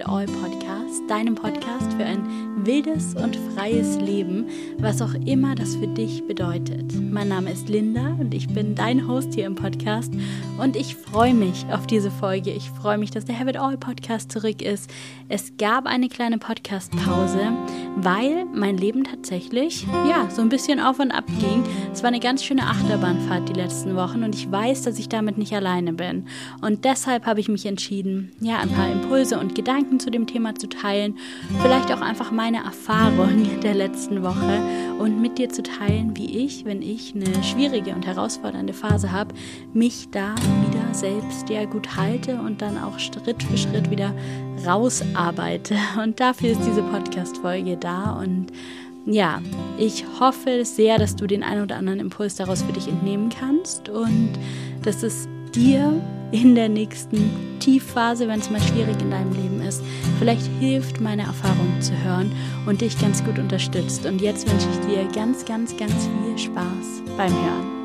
All Podcast, deinem Podcast für ein wildes und freies Leben, was auch immer das für dich bedeutet. Mein Name ist Linda und ich bin dein Host hier im Podcast und ich freue mich auf diese Folge. Ich freue mich, dass der Have It All Podcast zurück ist. Es gab eine kleine Podcast-Pause, weil mein Leben tatsächlich, so ein bisschen auf und ab ging. Es war eine ganz schöne Achterbahnfahrt die letzten Wochen und ich weiß, dass ich damit nicht alleine bin. Und deshalb habe ich mich entschieden, ein paar Impulse und Gedanken zu dem Thema zu teilen, vielleicht auch einfach meine Erfahrung der letzten Woche und mit dir zu teilen, wie ich, wenn ich eine schwierige und herausfordernde Phase habe, mich da wieder selbst gut halte und dann auch Schritt für Schritt wieder rausarbeite. Und dafür ist diese Podcast-Folge da und ich hoffe sehr, dass du den einen oder anderen Impuls daraus für dich entnehmen kannst und dass es dir in der nächsten Tiefphase, wenn es mal schwierig in deinem Leben ist, vielleicht hilft, meine Erfahrungen zu hören und dich ganz gut unterstützt. Und jetzt wünsche ich dir ganz, ganz, ganz viel Spaß beim Hören.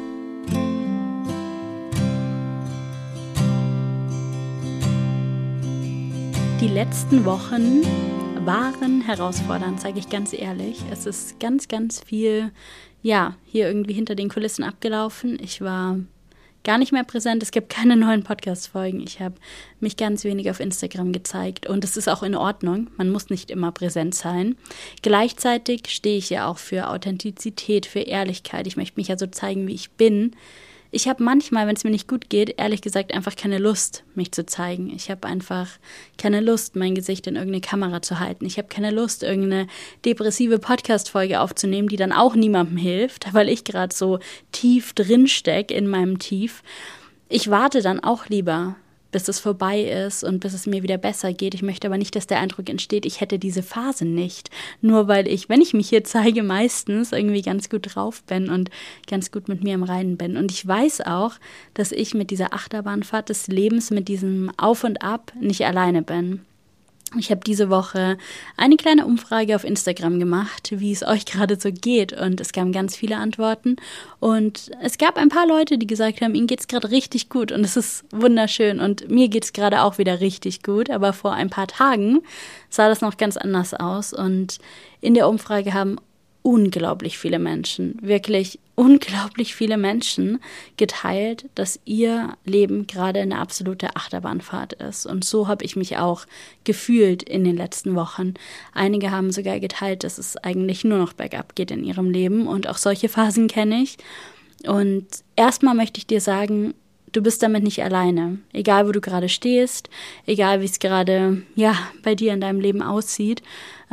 Die letzten Wochen waren herausfordernd, sage ich ganz ehrlich. Es ist ganz, ganz viel, hier irgendwie hinter den Kulissen abgelaufen. Ich war gar nicht mehr präsent. Es gibt keine neuen Podcast-Folgen. Ich habe mich ganz wenig auf Instagram gezeigt und es ist auch in Ordnung. Man muss nicht immer präsent sein. Gleichzeitig stehe ich ja auch für Authentizität, für Ehrlichkeit. Ich möchte mich ja so zeigen, wie ich bin. Ich habe manchmal, wenn es mir nicht gut geht, ehrlich gesagt einfach keine Lust, mich zu zeigen. Ich habe einfach keine Lust, mein Gesicht in irgendeine Kamera zu halten. Ich habe keine Lust, irgendeine depressive Podcast-Folge aufzunehmen, die dann auch niemandem hilft, weil ich gerade so tief drin stecke in meinem Tief. Ich warte dann auch lieber, bis es vorbei ist und bis es mir wieder besser geht. Ich möchte aber nicht, dass der Eindruck entsteht, ich hätte diese Phase nicht. Nur weil ich, wenn ich mich hier zeige, meistens irgendwie ganz gut drauf bin und ganz gut mit mir im Reinen bin. Und ich weiß auch, dass ich mit dieser Achterbahnfahrt des Lebens, mit diesem Auf und Ab nicht alleine bin. Ich habe diese Woche eine kleine Umfrage auf Instagram gemacht, wie es euch gerade so geht. Und es kamen ganz viele Antworten. Und es gab ein paar Leute, die gesagt haben, ihnen geht es gerade richtig gut. Und es ist wunderschön. Und mir geht es gerade auch wieder richtig gut. Aber vor ein paar Tagen sah das noch ganz anders aus. Und in der Umfrage haben unglaublich viele Menschen, wirklich unglaublich viele Menschen geteilt, dass ihr Leben gerade eine absolute Achterbahnfahrt ist. Und so habe ich mich auch gefühlt in den letzten Wochen. Einige haben sogar geteilt, dass es eigentlich nur noch bergab geht in ihrem Leben. Und auch solche Phasen kenne ich. Und erstmal möchte ich dir sagen, du bist damit nicht alleine. Egal, wo du gerade stehst, egal, wie es gerade bei dir in deinem Leben aussieht.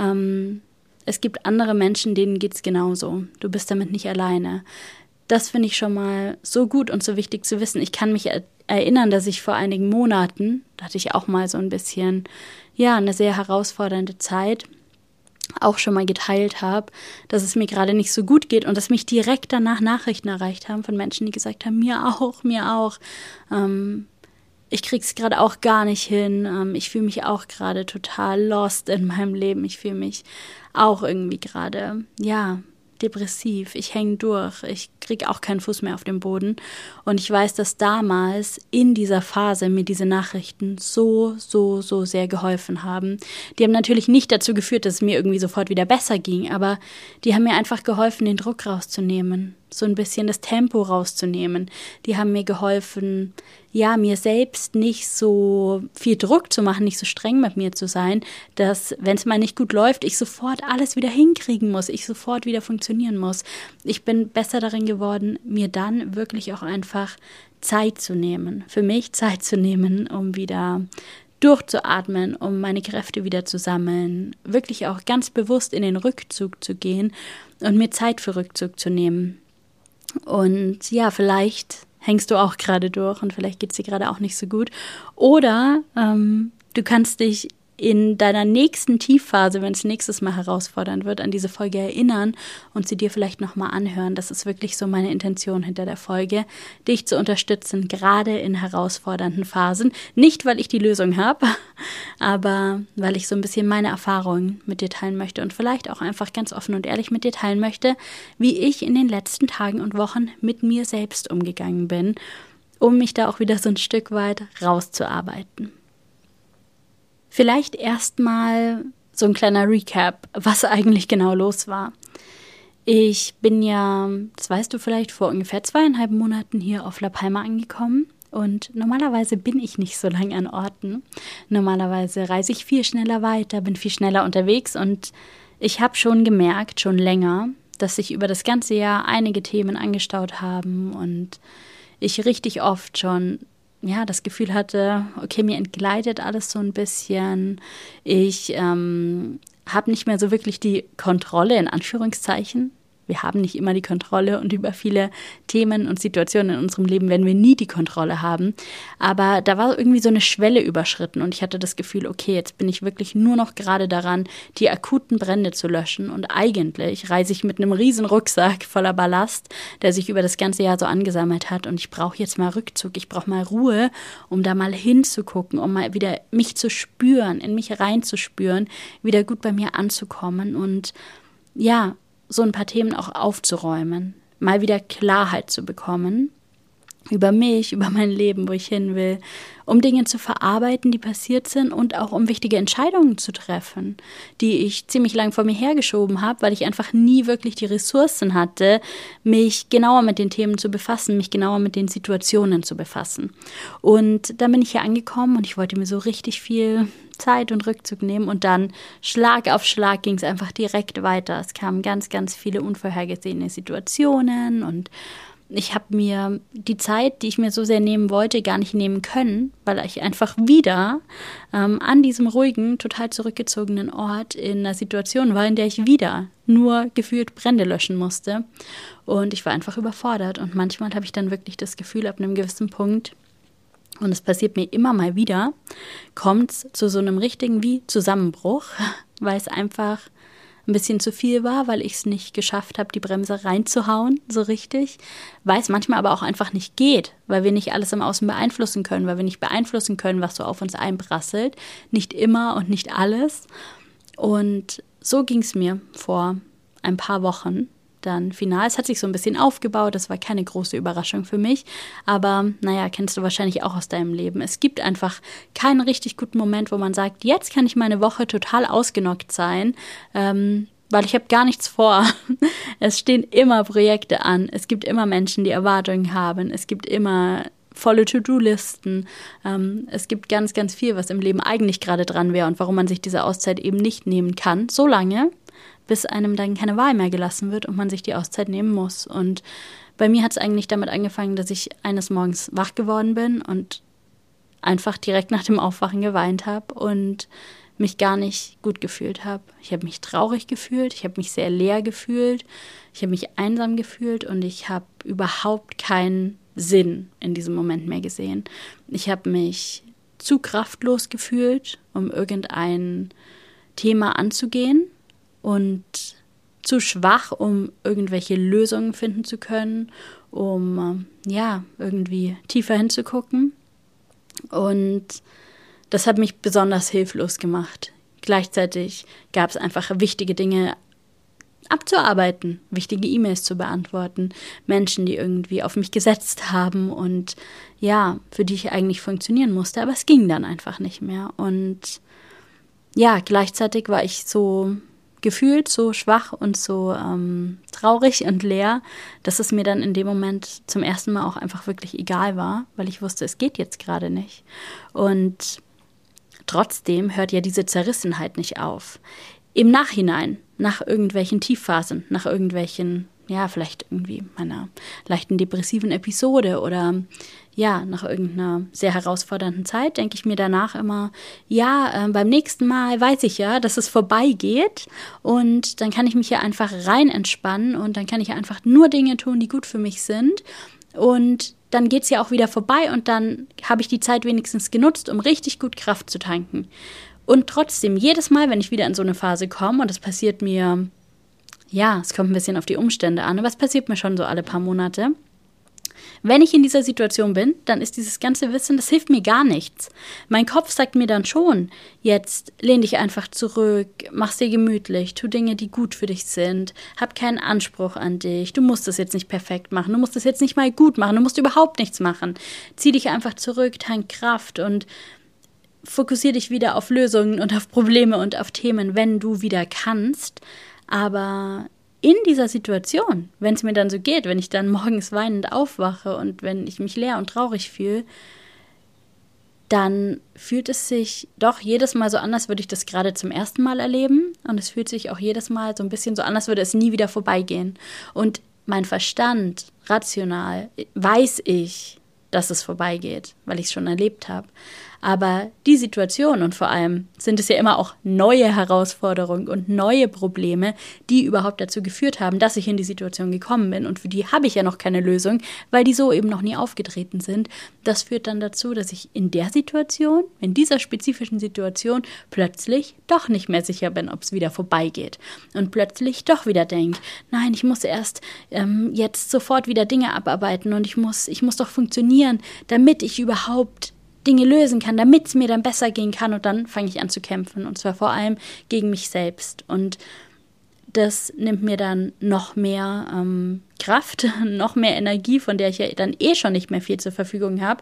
Es gibt andere Menschen, denen geht's genauso. Du bist damit nicht alleine. Das finde ich schon mal so gut und so wichtig zu wissen. Ich kann mich erinnern, dass ich vor einigen Monaten, da hatte ich auch mal so ein bisschen, eine sehr herausfordernde Zeit, auch schon mal geteilt habe, dass es mir gerade nicht so gut geht und dass mich direkt danach Nachrichten erreicht haben von Menschen, die gesagt haben, mir auch. Ich krieg's gerade auch gar nicht hin. Ich fühle mich auch gerade total lost in meinem Leben. Ich fühle mich auch irgendwie gerade, depressiv. Ich hänge durch. Ich kriege auch keinen Fuß mehr auf den Boden. Und ich weiß, dass damals in dieser Phase mir diese Nachrichten so sehr geholfen haben. Die haben natürlich nicht dazu geführt, dass es mir irgendwie sofort wieder besser ging, aber die haben mir einfach geholfen, den Druck rauszunehmen, so ein bisschen das Tempo rauszunehmen. Die haben mir geholfen, mir selbst nicht so viel Druck zu machen, nicht so streng mit mir zu sein, dass, wenn es mal nicht gut läuft, ich sofort alles wieder hinkriegen muss, ich sofort wieder funktionieren muss. Ich bin besser darin geworden, mir dann wirklich auch einfach Zeit zu nehmen, für mich Zeit zu nehmen, um wieder durchzuatmen, um meine Kräfte wieder zu sammeln, wirklich auch ganz bewusst in den Rückzug zu gehen und mir Zeit für Rückzug zu nehmen. Und vielleicht hängst du auch gerade durch und vielleicht geht es dir gerade auch nicht so gut. Oder du kannst dich in deiner nächsten Tiefphase, wenn es nächstes Mal herausfordernd wird, an diese Folge erinnern und sie dir vielleicht nochmal anhören. Das ist wirklich so meine Intention hinter der Folge, dich zu unterstützen, gerade in herausfordernden Phasen. Nicht, weil ich die Lösung habe, aber weil ich so ein bisschen meine Erfahrungen mit dir teilen möchte und vielleicht auch einfach ganz offen und ehrlich mit dir teilen möchte, wie ich in den letzten Tagen und Wochen mit mir selbst umgegangen bin, um mich da auch wieder so ein Stück weit rauszuarbeiten. Vielleicht erstmal so ein kleiner Recap, was eigentlich genau los war. Ich bin ja, das weißt du vielleicht, vor ungefähr 2,5 Monaten hier auf La Palma angekommen. Und normalerweise bin ich nicht so lange an Orten. Normalerweise reise ich viel schneller weiter, bin viel schneller unterwegs. Und ich habe schon gemerkt, schon länger, dass sich über das ganze Jahr einige Themen angestaut haben. Und ich richtig oft schon das Gefühl hatte, okay, mir entgleitet alles so ein bisschen. Ich habe nicht mehr so wirklich die Kontrolle, in Anführungszeichen. Wir haben nicht immer die Kontrolle und über viele Themen und Situationen in unserem Leben werden wir nie die Kontrolle haben. Aber da war irgendwie so eine Schwelle überschritten und ich hatte das Gefühl, okay, jetzt bin ich wirklich nur noch gerade daran, die akuten Brände zu löschen. Und eigentlich reise ich mit einem riesen Rucksack voller Ballast, der sich über das ganze Jahr so angesammelt hat. Und ich brauche jetzt mal Rückzug, ich brauche mal Ruhe, um da mal hinzugucken, um mal wieder mich zu spüren, in mich reinzuspüren, wieder gut bei mir anzukommen und ja, so ein paar Themen auch aufzuräumen, mal wieder Klarheit zu bekommen über mich, über mein Leben, wo ich hin will, um Dinge zu verarbeiten, die passiert sind und auch um wichtige Entscheidungen zu treffen, die ich ziemlich lang vor mir hergeschoben habe, weil ich einfach nie wirklich die Ressourcen hatte, mich genauer mit den Themen zu befassen, mich genauer mit den Situationen zu befassen. Und dann bin ich hier angekommen und ich wollte mir so richtig viel Zeit und Rückzug nehmen und dann Schlag auf Schlag ging es einfach direkt weiter. Es kamen ganz, ganz viele unvorhergesehene Situationen und ich habe mir die Zeit, die ich mir so sehr nehmen wollte, gar nicht nehmen können, weil ich einfach wieder an diesem ruhigen, total zurückgezogenen Ort in einer Situation war, in der ich wieder nur gefühlt Brände löschen musste. Und ich war einfach überfordert. Und manchmal habe ich dann wirklich das Gefühl, ab einem gewissen Punkt, und es passiert mir immer mal wieder, kommt es zu so einem richtigen wie Zusammenbruch, weil es einfach ein bisschen zu viel war, weil ich es nicht geschafft habe, die Bremse reinzuhauen, so richtig. Weil es manchmal aber auch einfach nicht geht, weil wir nicht alles im Außen beeinflussen können, weil wir nicht beeinflussen können, was so auf uns einprasselt. Nicht immer und nicht alles. Und so ging es mir vor ein paar Wochen dann final. Es hat sich so ein bisschen aufgebaut, das war keine große Überraschung für mich, aber kennst du wahrscheinlich auch aus deinem Leben. Es gibt einfach keinen richtig guten Moment, wo man sagt, jetzt kann ich meine Woche total ausgenockt sein, weil ich habe gar nichts vor. Es stehen immer Projekte an, es gibt immer Menschen, die Erwartungen haben, es gibt immer volle To-Do-Listen. Es gibt ganz, ganz viel, was im Leben eigentlich gerade dran wäre und warum man sich diese Auszeit eben nicht nehmen kann, so lange, bis einem dann keine Wahl mehr gelassen wird und man sich die Auszeit nehmen muss. Und bei mir hat es eigentlich damit angefangen, dass ich eines Morgens wach geworden bin und einfach direkt nach dem Aufwachen geweint habe und mich gar nicht gut gefühlt habe. Ich habe mich traurig gefühlt, ich habe mich sehr leer gefühlt, ich habe mich einsam gefühlt und ich habe überhaupt keinen Sinn in diesem Moment mehr gesehen. Ich habe mich zu kraftlos gefühlt, um irgendein Thema anzugehen, und zu schwach, um irgendwelche Lösungen finden zu können, um irgendwie tiefer hinzugucken. Und das hat mich besonders hilflos gemacht. Gleichzeitig gab es einfach wichtige Dinge abzuarbeiten, wichtige E-Mails zu beantworten, Menschen, die irgendwie auf mich gesetzt haben und für die ich eigentlich funktionieren musste, aber es ging dann einfach nicht mehr. Und gleichzeitig war ich so gefühlt so schwach und so traurig und leer, dass es mir dann in dem Moment zum ersten Mal auch einfach wirklich egal war, weil ich wusste, es geht jetzt gerade nicht. Und trotzdem hört ja diese Zerrissenheit nicht auf. Im Nachhinein, nach irgendwelchen Tiefphasen, nach irgendwelchen, vielleicht irgendwie meiner leichten depressiven Episode oder nach irgendeiner sehr herausfordernden Zeit, denke ich mir danach immer, beim nächsten Mal weiß ich ja, dass es vorbeigeht und dann kann ich mich ja einfach rein entspannen und dann kann ich ja einfach nur Dinge tun, die gut für mich sind und dann geht es ja auch wieder vorbei und dann habe ich die Zeit wenigstens genutzt, um richtig gut Kraft zu tanken. Und trotzdem, jedes Mal, wenn ich wieder in so eine Phase komme, und das passiert mir, es kommt ein bisschen auf die Umstände an, aber es passiert mir schon so alle paar Monate. Wenn ich in dieser Situation bin, dann ist dieses ganze Wissen, das hilft mir gar nichts. Mein Kopf sagt mir dann schon, jetzt lehn dich einfach zurück, mach's dir gemütlich, tu Dinge, die gut für dich sind, hab keinen Anspruch an dich, du musst das jetzt nicht perfekt machen, du musst das jetzt nicht mal gut machen, du musst überhaupt nichts machen. Zieh dich einfach zurück, tank Kraft und fokussier dich wieder auf Lösungen und auf Probleme und auf Themen, wenn du wieder kannst. Aber in dieser Situation, wenn es mir dann so geht, wenn ich dann morgens weinend aufwache und wenn ich mich leer und traurig fühle, dann fühlt es sich doch jedes Mal so an, als würde ich das gerade zum ersten Mal erleben. Und es fühlt sich auch jedes Mal so ein bisschen so an, als würde es nie wieder vorbeigehen. Und mein Verstand, rational, weiß ich, dass es vorbeigeht, weil ich es schon erlebt habe. Aber die Situation und vor allem sind es ja immer auch neue Herausforderungen und neue Probleme, die überhaupt dazu geführt haben, dass ich in die Situation gekommen bin. Und für die habe ich ja noch keine Lösung, weil die so eben noch nie aufgetreten sind. Das führt dann dazu, dass ich in der Situation, in dieser spezifischen Situation, plötzlich doch nicht mehr sicher bin, ob es wieder vorbeigeht. Und plötzlich doch wieder denke, nein, ich muss erst jetzt sofort wieder Dinge abarbeiten und ich muss doch funktionieren, damit ich überhaupt Dinge lösen kann, damit es mir dann besser gehen kann, und dann fange ich an zu kämpfen, und zwar vor allem gegen mich selbst, und das nimmt mir dann noch mehr Kraft, noch mehr Energie, von der ich ja dann schon nicht mehr viel zur Verfügung habe,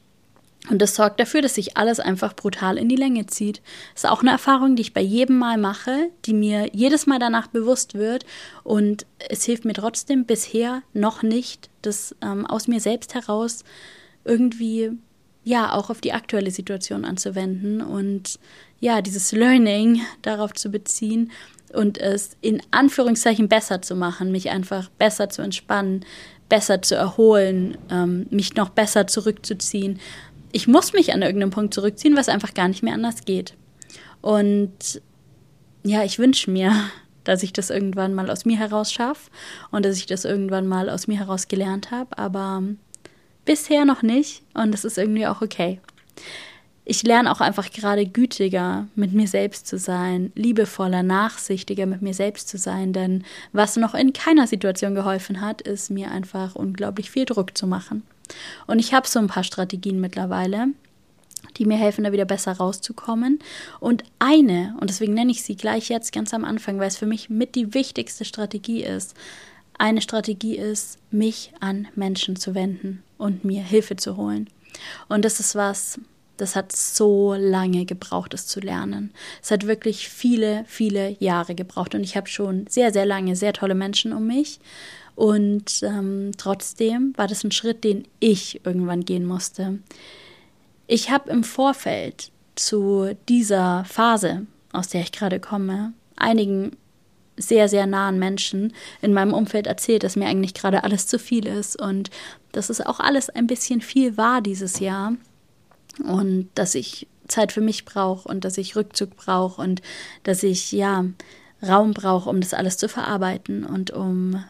und das sorgt dafür, dass sich alles einfach brutal in die Länge zieht. Das ist auch eine Erfahrung, die ich bei jedem Mal mache, die mir jedes Mal danach bewusst wird, und es hilft mir trotzdem bisher noch nicht, das aus mir selbst heraus irgendwie auch auf die aktuelle Situation anzuwenden und dieses Learning darauf zu beziehen und es in Anführungszeichen besser zu machen, mich einfach besser zu entspannen, besser zu erholen, mich noch besser zurückzuziehen. Ich muss mich an irgendeinem Punkt zurückziehen, was einfach gar nicht mehr anders geht. Und ich wünsche mir, dass ich das irgendwann mal aus mir heraus schaffe und dass ich das irgendwann mal aus mir heraus gelernt habe, aber bisher noch nicht, und das ist irgendwie auch okay. Ich lerne auch einfach gerade gütiger mit mir selbst zu sein, liebevoller, nachsichtiger mit mir selbst zu sein, denn was noch in keiner Situation geholfen hat, ist mir einfach unglaublich viel Druck zu machen. Und ich habe so ein paar Strategien mittlerweile, die mir helfen, da wieder besser rauszukommen. Und deswegen nenne ich sie gleich jetzt ganz am Anfang, weil es für mich mit die wichtigste Strategie ist. Eine Strategie ist, mich an Menschen zu wenden und mir Hilfe zu holen. Und das ist was, das hat so lange gebraucht, es zu lernen. Es hat wirklich viele, viele Jahre gebraucht. Und ich habe schon sehr, sehr lange sehr tolle Menschen um mich. Und trotzdem war das ein Schritt, den ich irgendwann gehen musste. Ich habe im Vorfeld zu dieser Phase, aus der ich gerade komme, einigen sehr, sehr nahen Menschen in meinem Umfeld erzählt, dass mir eigentlich gerade alles zu viel ist und dass es auch alles ein bisschen viel war dieses Jahr und dass ich Zeit für mich brauche und dass ich Rückzug brauche und dass ich Raum brauche, um das alles zu verarbeiten und um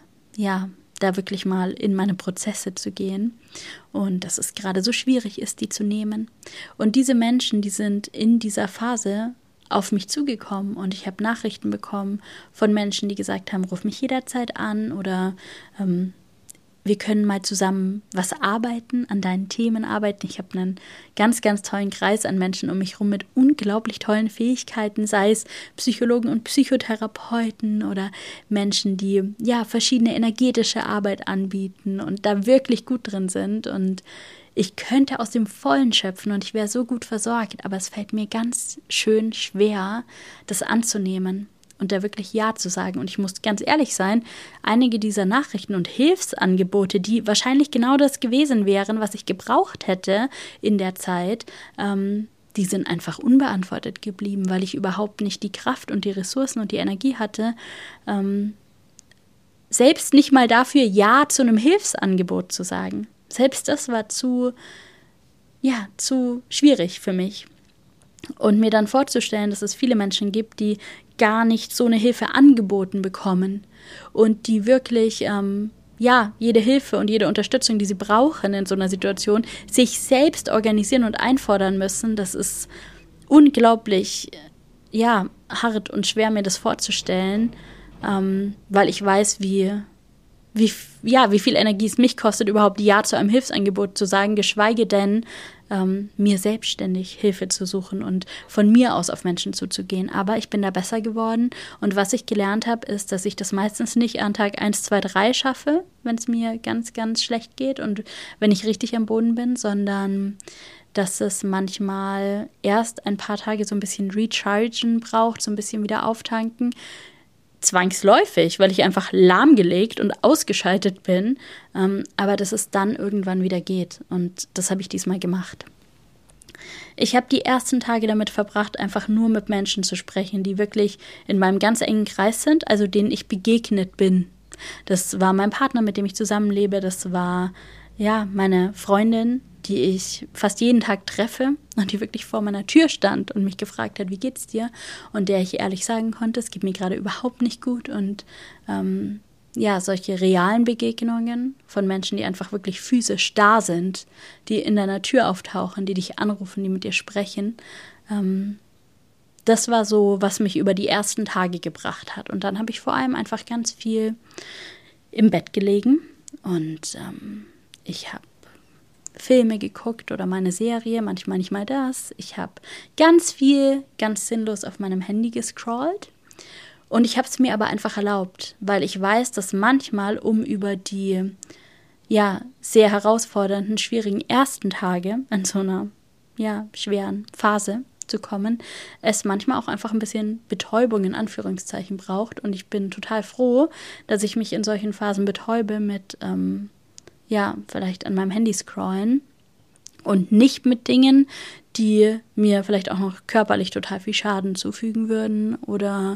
da wirklich mal in meine Prozesse zu gehen und dass es gerade so schwierig ist, die zu nehmen. Und diese Menschen, die sind in dieser Phase auf mich zugekommen und ich habe Nachrichten bekommen von Menschen, die gesagt haben, ruf mich jederzeit an oder wir können mal zusammen was arbeiten, an deinen Themen arbeiten. Ich habe einen ganz, ganz tollen Kreis an Menschen um mich herum mit unglaublich tollen Fähigkeiten, sei es Psychologen und Psychotherapeuten oder Menschen, die verschiedene energetische Arbeit anbieten und da wirklich gut drin sind, und ich könnte aus dem Vollen schöpfen und ich wäre so gut versorgt, aber es fällt mir ganz schön schwer, das anzunehmen und da wirklich Ja zu sagen. Und ich muss ganz ehrlich sein, einige dieser Nachrichten und Hilfsangebote, die wahrscheinlich genau das gewesen wären, was ich gebraucht hätte in der Zeit, die sind einfach unbeantwortet geblieben, weil ich überhaupt nicht die Kraft und die Ressourcen und die Energie hatte, selbst nicht mal dafür Ja zu einem Hilfsangebot zu sagen. Selbst das war zu schwierig für mich. Und mir dann vorzustellen, dass es viele Menschen gibt, die gar nicht so eine Hilfe angeboten bekommen und die wirklich jede Hilfe und jede Unterstützung, die sie brauchen in so einer Situation, sich selbst organisieren und einfordern müssen, das ist unglaublich hart und schwer, mir das vorzustellen, weil ich weiß, wie viel Energie es mich kostet, überhaupt Ja zu einem Hilfsangebot zu sagen, geschweige denn mir selbstständig Hilfe zu suchen und von mir aus auf Menschen zuzugehen. Aber ich bin da besser geworden und was ich gelernt habe, ist, dass ich das meistens nicht an Tag 1, 2, 3 schaffe, wenn es mir ganz, ganz schlecht geht und wenn ich richtig am Boden bin, sondern dass es manchmal erst ein paar Tage so ein bisschen rechargen braucht, so ein bisschen wieder auftanken, zwangsläufig, weil ich einfach lahmgelegt und ausgeschaltet bin, aber dass es dann irgendwann wieder geht und das habe ich diesmal gemacht. Ich habe die ersten Tage damit verbracht, einfach nur mit Menschen zu sprechen, die wirklich in meinem ganz engen Kreis sind, also denen ich begegnet bin. Das war mein Partner, mit dem ich zusammenlebe, das war ja meine Freundin, die ich fast jeden Tag treffe und die wirklich vor meiner Tür stand und mich gefragt hat, wie geht's dir? Und der ich ehrlich sagen konnte, es geht mir gerade überhaupt nicht gut. Und solche realen Begegnungen von Menschen, die einfach wirklich physisch da sind, die in deiner Tür auftauchen, die dich anrufen, die mit dir sprechen, das war so, was mich über die ersten Tage gebracht hat. Und dann habe ich vor allem einfach ganz viel im Bett gelegen und ich habe Filme geguckt oder meine Serie, manchmal nicht mal das. Ich habe ganz viel, ganz sinnlos auf meinem Handy gescrollt und ich habe es mir aber einfach erlaubt, weil ich weiß, dass manchmal, um über die sehr herausfordernden, schwierigen ersten Tage an so einer schweren Phase zu kommen, es manchmal auch einfach ein bisschen Betäubung in Anführungszeichen braucht und ich bin total froh, dass ich mich in solchen Phasen betäube mit vielleicht an meinem Handy scrollen und nicht mit Dingen, die mir vielleicht auch noch körperlich total viel Schaden zufügen würden oder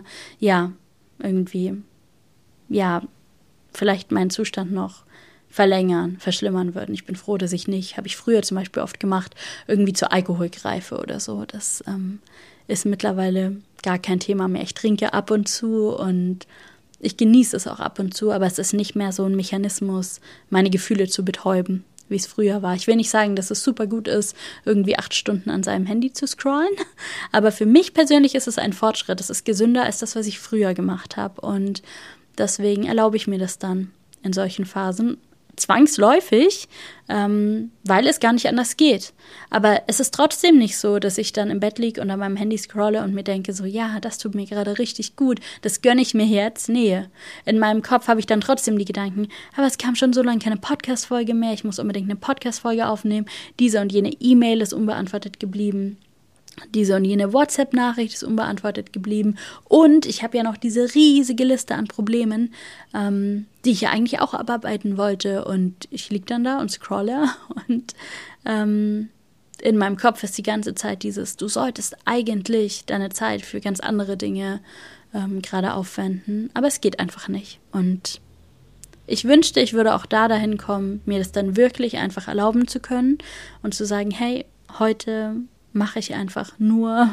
vielleicht meinen Zustand noch verschlimmern würden. Ich bin froh, dass ich nicht, habe ich früher zum Beispiel oft gemacht, irgendwie zu Alkohol greife oder so. Das ist mittlerweile gar kein Thema mehr. Ich trinke ab und zu und ich genieße es auch ab und zu, aber es ist nicht mehr so ein Mechanismus, meine Gefühle zu betäuben, wie es früher war. Ich will nicht sagen, dass es super gut ist, irgendwie 8 Stunden an seinem Handy zu scrollen, aber für mich persönlich ist es ein Fortschritt. Es ist gesünder als das, was ich früher gemacht habe und deswegen erlaube ich mir das dann in solchen Phasen zwangsläufig, weil es gar nicht anders geht. Aber es ist trotzdem nicht so, dass ich dann im Bett liege und an meinem Handy scrolle und mir denke so, ja, das tut mir gerade richtig gut, das gönne ich mir jetzt. Nee, in meinem Kopf habe ich dann trotzdem die Gedanken, aber es kam schon so lange keine Podcast-Folge mehr, ich muss unbedingt eine Podcast-Folge aufnehmen, diese und jene E-Mail ist unbeantwortet geblieben. Diese und jene WhatsApp-Nachricht ist unbeantwortet geblieben. Und ich habe ja noch diese riesige Liste an Problemen, die ich ja eigentlich auch abarbeiten wollte. Und ich liege dann da und scrolle. Und in meinem Kopf ist die ganze Zeit dieses, du solltest eigentlich deine Zeit für ganz andere Dinge gerade aufwenden. Aber es geht einfach nicht. Und ich wünschte, ich würde auch dahin kommen, mir das dann wirklich einfach erlauben zu können und zu sagen, hey, heute mache ich einfach nur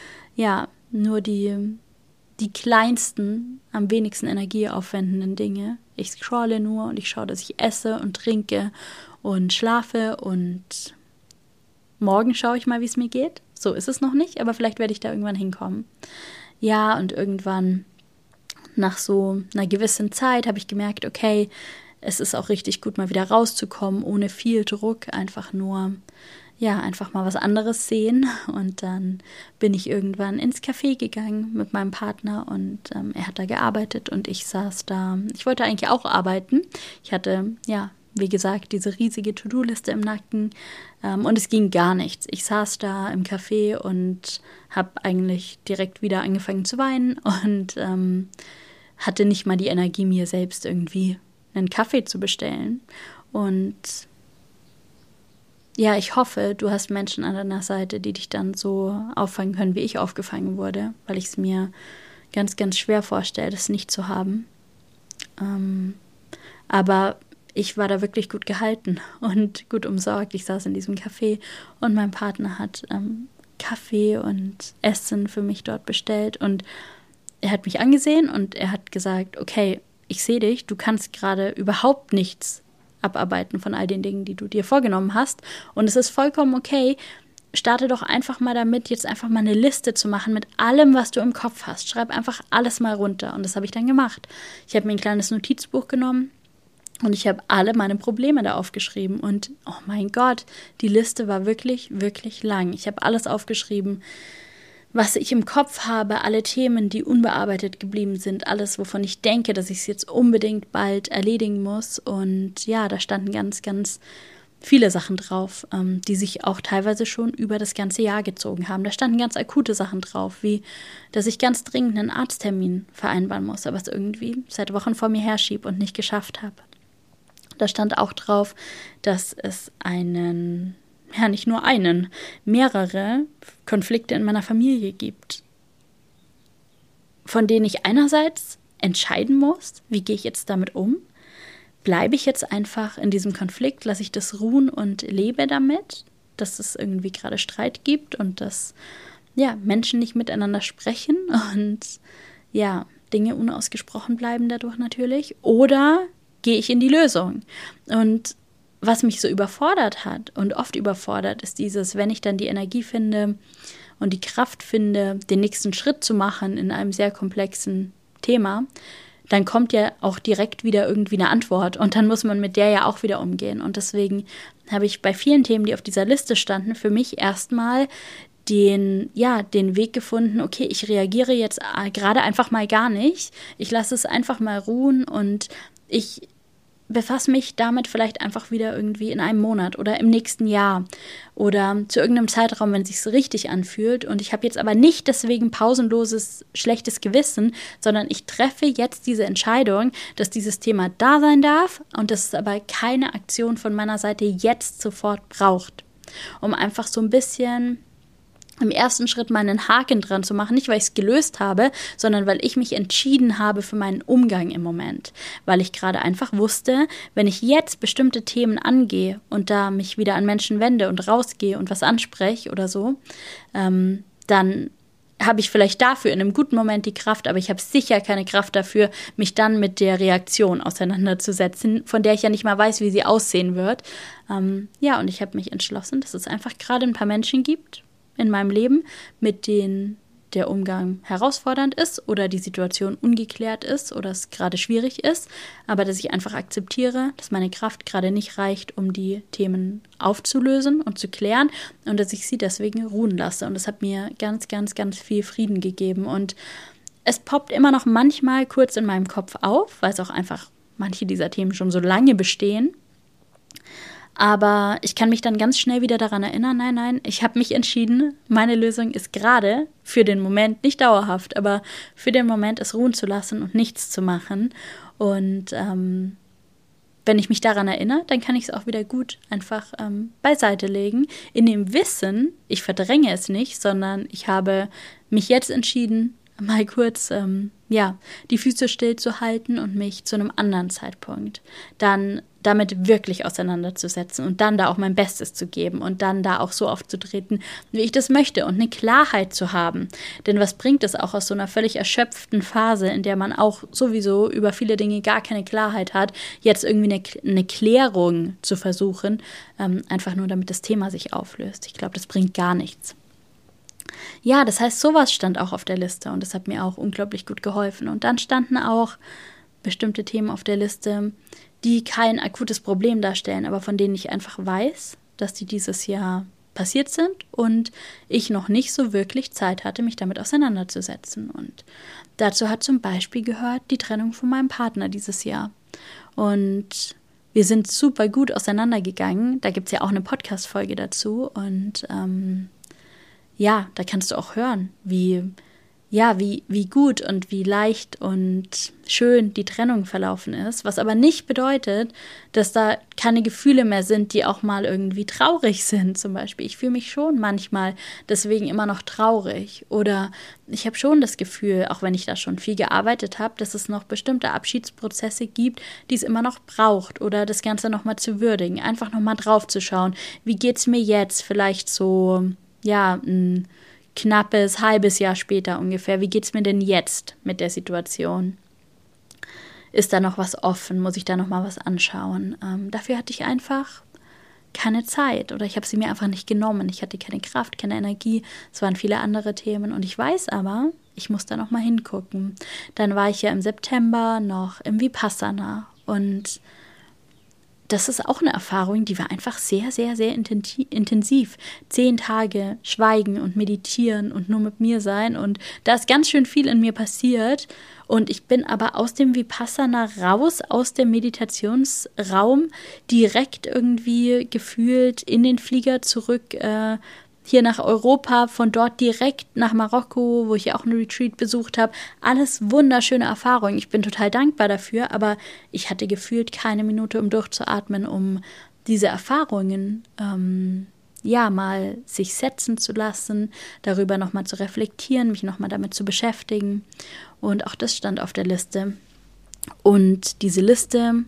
die kleinsten, am wenigsten energieaufwendenden Dinge. Ich scrolle nur und ich schaue, dass ich esse und trinke und schlafe und morgen schaue ich mal, wie es mir geht. So ist es noch nicht, aber vielleicht werde ich da irgendwann hinkommen. Ja, und irgendwann nach so einer gewissen Zeit habe ich gemerkt, okay, es ist auch richtig gut, mal wieder rauszukommen, ohne viel Druck, einfach nur einfach mal was anderes sehen. Und dann bin ich irgendwann ins Café gegangen mit meinem Partner und er hat da gearbeitet und ich saß da. Ich wollte eigentlich auch arbeiten. Ich hatte, wie gesagt, diese riesige To-Do-Liste im Nacken und es ging gar nichts. Ich saß da im Café und habe eigentlich direkt wieder angefangen zu weinen und hatte nicht mal die Energie, mir selbst irgendwie einen Kaffee zu bestellen. Und ja, ich hoffe, du hast Menschen an deiner Seite, die dich dann so auffangen können, wie ich aufgefangen wurde, weil ich es mir ganz, ganz schwer vorstelle, das nicht zu haben. Aber ich war da wirklich gut gehalten und gut umsorgt. Ich saß in diesem Café und mein Partner hat Kaffee und Essen für mich dort bestellt und er hat mich angesehen und er hat gesagt, okay, ich sehe dich, du kannst gerade überhaupt nichts abarbeiten von all den Dingen, die du dir vorgenommen hast. Und es ist vollkommen okay. Starte doch einfach mal damit, jetzt einfach mal eine Liste zu machen mit allem, was du im Kopf hast. Schreib einfach alles mal runter. Und das habe ich dann gemacht. Ich habe mir ein kleines Notizbuch genommen Und ich habe alle meine Probleme da aufgeschrieben. Und oh mein Gott, die Liste war wirklich, wirklich lang. Ich habe alles aufgeschrieben, was ich im Kopf habe, alle Themen, die unbearbeitet geblieben sind, alles, wovon ich denke, dass ich es jetzt unbedingt bald erledigen muss. Und ja, da standen ganz, ganz viele Sachen drauf, die sich auch teilweise schon über das ganze Jahr gezogen haben. Da standen ganz akute Sachen drauf, wie, dass ich ganz dringend einen Arzttermin vereinbaren muss, aber es irgendwie seit Wochen vor mir herschiebe und nicht geschafft habe. Da stand auch drauf, dass es nicht nur mehrere Konflikte in meiner Familie gibt, von denen ich einerseits entscheiden muss, wie gehe ich jetzt damit um? Bleibe ich jetzt einfach in diesem Konflikt, lasse ich das ruhen und lebe damit, dass es irgendwie gerade Streit gibt und dass Menschen nicht miteinander sprechen und Dinge unausgesprochen bleiben dadurch natürlich? Oder gehe ich in die Lösung? Und was mich so überfordert hat und oft überfordert, ist dieses, wenn ich dann die Energie finde und die Kraft finde, den nächsten Schritt zu machen in einem sehr komplexen Thema, dann kommt ja auch direkt wieder irgendwie eine Antwort und dann muss man mit der ja auch wieder umgehen. Und deswegen habe ich bei vielen Themen, die auf dieser Liste standen, für mich erstmal den Weg gefunden, okay, ich reagiere jetzt gerade einfach mal gar nicht. Ich lasse es einfach mal ruhen und ich befasse mich damit vielleicht einfach wieder irgendwie in einem Monat oder im nächsten Jahr oder zu irgendeinem Zeitraum, wenn es sich so richtig anfühlt. Und ich habe jetzt aber nicht deswegen pausenloses, schlechtes Gewissen, sondern ich treffe jetzt diese Entscheidung, dass dieses Thema da sein darf und dass es aber keine Aktion von meiner Seite jetzt sofort braucht, um einfach so ein bisschen im ersten Schritt mal einen Haken dran zu machen, nicht weil ich es gelöst habe, sondern weil ich mich entschieden habe für meinen Umgang im Moment. Weil ich gerade einfach wusste, wenn ich jetzt bestimmte Themen angehe und da mich wieder an Menschen wende und rausgehe und was anspreche oder so, dann habe ich vielleicht dafür in einem guten Moment die Kraft, aber ich habe sicher keine Kraft dafür, mich dann mit der Reaktion auseinanderzusetzen, von der ich ja nicht mal weiß, wie sie aussehen wird. Und ich habe mich entschlossen, dass es einfach gerade ein paar Menschen gibt in meinem Leben, mit denen der Umgang herausfordernd ist oder die Situation ungeklärt ist oder es gerade schwierig ist, aber dass ich einfach akzeptiere, dass meine Kraft gerade nicht reicht, um die Themen aufzulösen und zu klären und dass ich sie deswegen ruhen lasse. Und das hat mir ganz, ganz, ganz viel Frieden gegeben. Und es poppt immer noch manchmal kurz in meinem Kopf auf, weil es auch einfach manche dieser Themen schon so lange bestehen. Aber ich kann mich dann ganz schnell wieder daran erinnern, nein, ich habe mich entschieden, meine Lösung ist gerade für den Moment, nicht dauerhaft, aber für den Moment es ruhen zu lassen und nichts zu machen. Und wenn ich mich daran erinnere, dann kann ich es auch wieder gut einfach beiseite legen, in dem Wissen, ich verdränge es nicht, sondern ich habe mich jetzt entschieden, mal kurz die Füße stillzuhalten und mich zu einem anderen Zeitpunkt dann damit wirklich auseinanderzusetzen und dann da auch mein Bestes zu geben und dann da auch so aufzutreten, wie ich das möchte und eine Klarheit zu haben. Denn was bringt es auch aus so einer völlig erschöpften Phase, in der man auch sowieso über viele Dinge gar keine Klarheit hat, jetzt irgendwie eine Klärung zu versuchen, einfach nur damit das Thema sich auflöst. Ich glaube, das bringt gar nichts. Ja, das heißt, sowas stand auch auf der Liste und das hat mir auch unglaublich gut geholfen. Und dann standen auch bestimmte Themen auf der Liste, die kein akutes Problem darstellen, aber von denen ich einfach weiß, dass die dieses Jahr passiert sind und ich noch nicht so wirklich Zeit hatte, mich damit auseinanderzusetzen. Und dazu hat zum Beispiel gehört die Trennung von meinem Partner dieses Jahr. Und wir sind super gut auseinandergegangen. Da gibt es ja auch eine Podcast-Folge dazu. Und da kannst du auch hören, wie gut und wie leicht und schön die Trennung verlaufen ist, was aber nicht bedeutet, dass da keine Gefühle mehr sind, die auch mal irgendwie traurig sind zum Beispiel. Ich fühle mich schon manchmal deswegen immer noch traurig oder ich habe schon das Gefühl, auch wenn ich da schon viel gearbeitet habe, dass es noch bestimmte Abschiedsprozesse gibt, die es immer noch braucht oder das Ganze nochmal zu würdigen, einfach nochmal drauf zu schauen, wie geht's mir jetzt, vielleicht so, ein knappes, halbes Jahr später ungefähr. Wie geht's mir denn jetzt mit der Situation? Ist da noch was offen? Muss ich da noch mal was anschauen? Dafür hatte ich einfach keine Zeit oder ich habe sie mir einfach nicht genommen. Ich hatte keine Kraft, keine Energie. Es waren viele andere Themen und ich weiß aber, ich muss da noch mal hingucken. Dann war ich ja im September noch im Vipassana und das ist auch eine Erfahrung, die war einfach sehr, sehr, sehr intensiv. 10 Tage schweigen und meditieren und nur mit mir sein. Und da ist ganz schön viel in mir passiert. Und ich bin aber aus dem Vipassana raus, aus dem Meditationsraum, direkt irgendwie gefühlt in den Flieger zurück, hier nach Europa, von dort direkt nach Marokko, wo ich ja auch einen Retreat besucht habe. Alles wunderschöne Erfahrungen. Ich bin total dankbar dafür, aber ich hatte gefühlt keine Minute, um durchzuatmen, um diese Erfahrungen mal sich setzen zu lassen, darüber nochmal zu reflektieren, mich nochmal damit zu beschäftigen. Und auch das stand auf der Liste. Und diese Liste,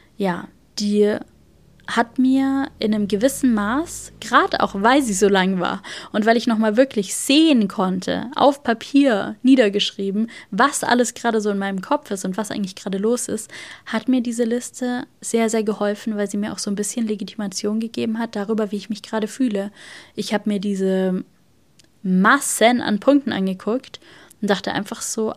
die hat mir in einem gewissen Maß, gerade auch weil sie so lang war und weil ich nochmal wirklich sehen konnte, auf Papier niedergeschrieben, was alles gerade so in meinem Kopf ist und was eigentlich gerade los ist, hat mir diese Liste sehr, sehr geholfen, weil sie mir auch so ein bisschen Legitimation gegeben hat darüber, wie ich mich gerade fühle. Ich habe mir diese Massen an Punkten angeguckt und dachte einfach so,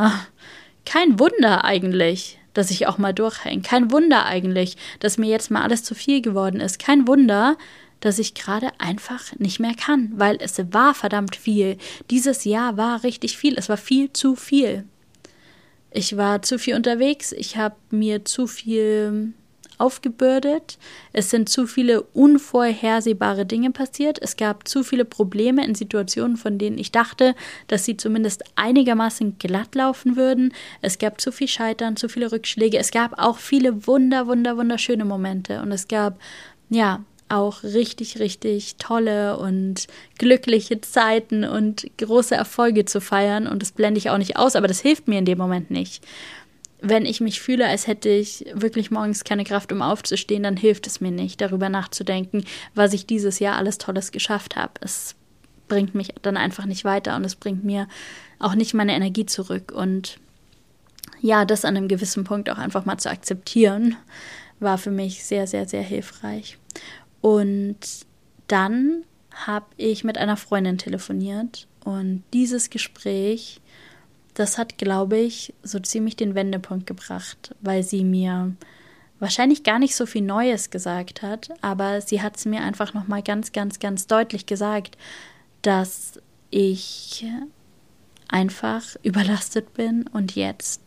kein Wunder eigentlich, dass ich auch mal durchhänge. Kein Wunder eigentlich, dass mir jetzt mal alles zu viel geworden ist. Kein Wunder, dass ich gerade einfach nicht mehr kann, weil es war verdammt viel. Dieses Jahr war richtig viel. Es war viel zu viel. Ich war zu viel unterwegs. Ich habe mir zu viel aufgebürdet. Es sind zu viele unvorhersehbare Dinge passiert. Es gab zu viele Probleme in Situationen, von denen ich dachte, dass sie zumindest einigermaßen glatt laufen würden. Es gab zu viel Scheitern, zu viele Rückschläge. Es gab auch viele wunderschöne Momente. Und es gab, auch richtig, richtig tolle und glückliche Zeiten und große Erfolge zu feiern. Und das blende ich auch nicht aus, aber das hilft mir in dem Moment nicht. Wenn ich mich fühle, als hätte ich wirklich morgens keine Kraft, um aufzustehen, dann hilft es mir nicht, darüber nachzudenken, was ich dieses Jahr alles Tolles geschafft habe. Es bringt mich dann einfach nicht weiter und es bringt mir auch nicht meine Energie zurück. Und das an einem gewissen Punkt auch einfach mal zu akzeptieren, war für mich sehr, sehr, sehr hilfreich. Und dann habe ich mit einer Freundin telefoniert und dieses Gespräch, das hat, glaube ich, so ziemlich den Wendepunkt gebracht, weil sie mir wahrscheinlich gar nicht so viel Neues gesagt hat, aber sie hat es mir einfach nochmal ganz, ganz, ganz deutlich gesagt, dass ich einfach überlastet bin und jetzt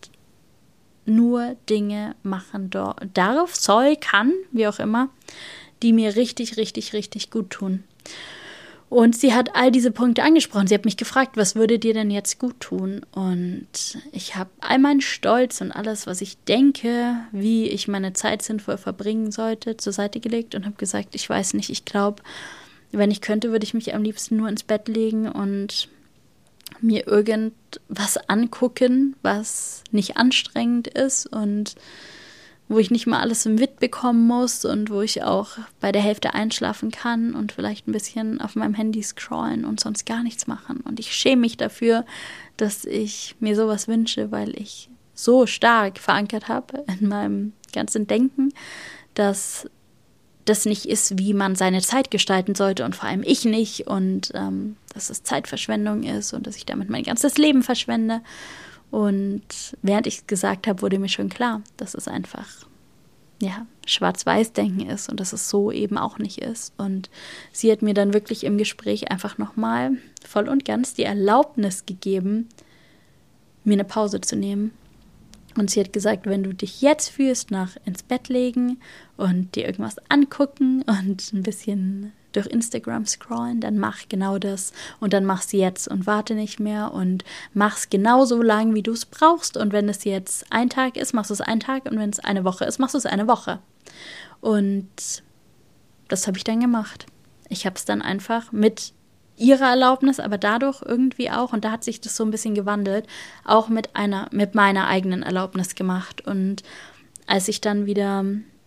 nur Dinge machen darf, soll, kann, wie auch immer, die mir richtig, richtig, richtig gut tun. Und sie hat all diese Punkte angesprochen. Sie hat mich gefragt, was würde dir denn jetzt gut tun? Und ich habe all meinen Stolz und alles, was ich denke, wie ich meine Zeit sinnvoll verbringen sollte, zur Seite gelegt und habe gesagt, ich weiß nicht, ich glaube, wenn ich könnte, würde ich mich am liebsten nur ins Bett legen und mir irgendwas angucken, was nicht anstrengend ist und wo ich nicht mal alles mitbekommen muss und wo ich auch bei der Hälfte einschlafen kann und vielleicht ein bisschen auf meinem Handy scrollen und sonst gar nichts machen. Und ich schäme mich dafür, dass ich mir sowas wünsche, weil ich so stark verankert habe in meinem ganzen Denken, dass das nicht ist, wie man seine Zeit gestalten sollte und vor allem ich nicht und dass es Zeitverschwendung ist und dass ich damit mein ganzes Leben verschwende. Und während ich es gesagt habe, wurde mir schon klar, dass es einfach Schwarz-Weiß-Denken ist und dass es so eben auch nicht ist. Und sie hat mir dann wirklich im Gespräch einfach nochmal voll und ganz die Erlaubnis gegeben, mir eine Pause zu nehmen. Und sie hat gesagt, wenn du dich jetzt fühlst nach ins Bett legen und dir irgendwas angucken und ein bisschen durch Instagram scrollen, dann mach genau das und dann mach's jetzt und warte nicht mehr und mach's genauso lang, wie du es brauchst. Und wenn es jetzt ein Tag ist, machst du es einen Tag und wenn es eine Woche ist, machst du es eine Woche. Und das habe ich dann gemacht. Ich habe es dann einfach mit ihrer Erlaubnis, aber dadurch irgendwie auch, und da hat sich das so ein bisschen gewandelt, auch mit meiner eigenen Erlaubnis gemacht. Und als ich dann wieder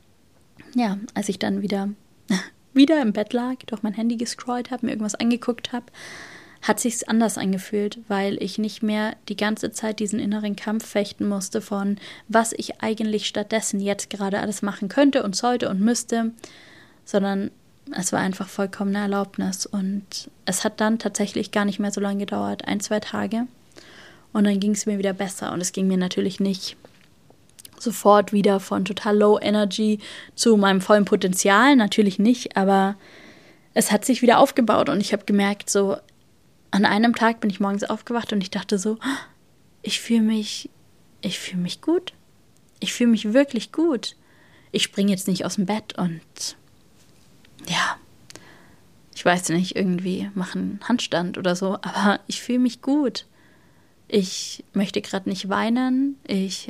wieder im Bett lag, durch mein Handy gescrollt habe, mir irgendwas angeguckt habe, hat sich's anders angefühlt, weil ich nicht mehr die ganze Zeit diesen inneren Kampf fechten musste von, was ich eigentlich stattdessen jetzt gerade alles machen könnte und sollte und müsste, sondern es war einfach vollkommene Erlaubnis. Und es hat dann tatsächlich gar nicht mehr so lange gedauert, 1-2 Tage. Und dann ging es mir wieder besser. Und es ging mir natürlich nicht sofort wieder von total low energy zu meinem vollen Potenzial. Natürlich nicht, aber es hat sich wieder aufgebaut und ich habe gemerkt, so an einem Tag bin ich morgens aufgewacht und ich dachte so, ich fühle mich gut. Ich fühle mich wirklich gut. Ich springe jetzt nicht aus dem Bett und ja, ich weiß nicht, irgendwie mache einen Handstand oder so, aber ich fühle mich gut. Ich möchte gerade nicht weinen. Ich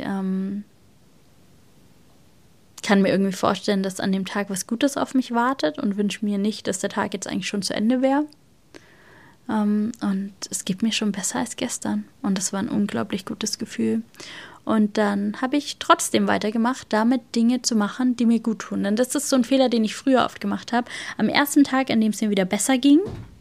kann mir irgendwie vorstellen, dass an dem Tag was Gutes auf mich wartet und wünsche mir nicht, dass der Tag jetzt eigentlich schon zu Ende wäre. Und es geht mir schon besser als gestern. Und das war ein unglaublich gutes Gefühl. Und dann habe ich trotzdem weitergemacht, damit Dinge zu machen, die mir gut tun. Denn das ist so ein Fehler, den ich früher oft gemacht habe. Am ersten Tag, an dem es mir wieder besser ging,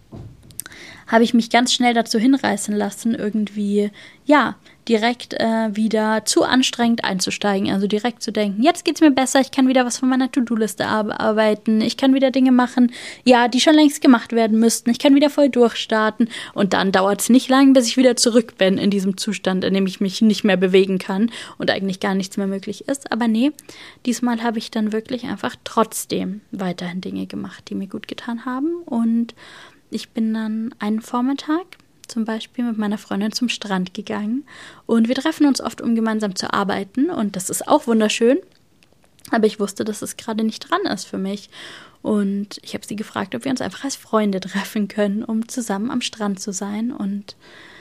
habe ich mich ganz schnell dazu hinreißen lassen, irgendwie, ja, direkt wieder zu anstrengend einzusteigen. Also direkt zu denken, jetzt geht's mir besser, ich kann wieder was von meiner To-Do-Liste arbeiten, ich kann wieder Dinge machen, ja, die schon längst gemacht werden müssten, ich kann wieder voll durchstarten und dann dauert es nicht lang, bis ich wieder zurück bin in diesem Zustand, in dem ich mich nicht mehr bewegen kann und eigentlich gar nichts mehr möglich ist. Aber nee, diesmal habe ich dann wirklich einfach trotzdem weiterhin Dinge gemacht, die mir gut getan haben und ich bin dann einen Vormittag zum Beispiel mit meiner Freundin zum Strand gegangen und wir treffen uns oft, um gemeinsam zu arbeiten und das ist auch wunderschön, aber ich wusste, dass es gerade nicht dran ist für mich und ich habe sie gefragt, ob wir uns einfach als Freunde treffen können, um zusammen am Strand zu sein und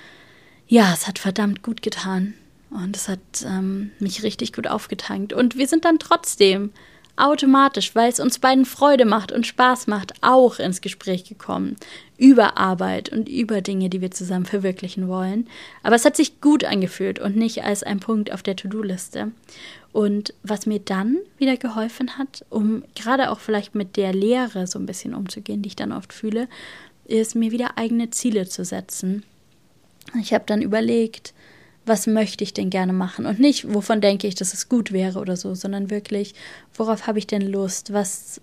ja, es hat verdammt gut getan und es hat mich richtig gut aufgetankt und wir sind dann trotzdem automatisch, weil es uns beiden Freude macht und Spaß macht, auch ins Gespräch gekommen. Über Arbeit und über Dinge, die wir zusammen verwirklichen wollen. Aber es hat sich gut angefühlt und nicht als ein Punkt auf der To-Do-Liste. Und was mir dann wieder geholfen hat, um gerade auch vielleicht mit der Leere so ein bisschen umzugehen, die ich dann oft fühle, ist mir wieder eigene Ziele zu setzen. Ich habe dann überlegt, was möchte ich denn gerne machen und nicht, wovon denke ich, dass es gut wäre oder so, sondern wirklich, worauf habe ich denn Lust, was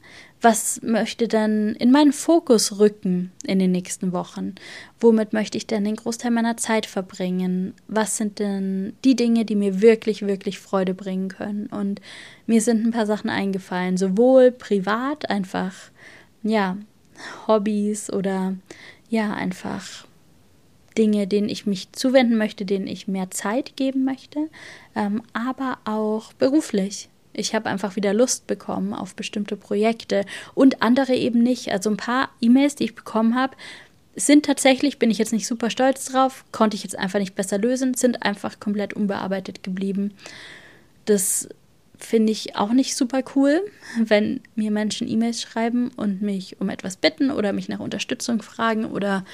möchte denn in meinen Fokus rücken in den nächsten Wochen, womit möchte ich denn den Großteil meiner Zeit verbringen, was sind denn die Dinge, die mir wirklich, wirklich Freude bringen können und mir sind ein paar Sachen eingefallen, sowohl privat, einfach, ja, Hobbys oder ja, einfach Dinge, denen ich mich zuwenden möchte, denen ich mehr Zeit geben möchte, aber auch beruflich. Ich habe einfach wieder Lust bekommen auf bestimmte Projekte und andere eben nicht. Also ein paar E-Mails, die ich bekommen habe, sind tatsächlich, bin ich jetzt nicht super stolz drauf, konnte ich jetzt einfach nicht besser lösen, sind einfach komplett unbearbeitet geblieben. Das finde ich auch nicht super cool, wenn mir Menschen E-Mails schreiben und mich um etwas bitten oder mich nach Unterstützung fragen oder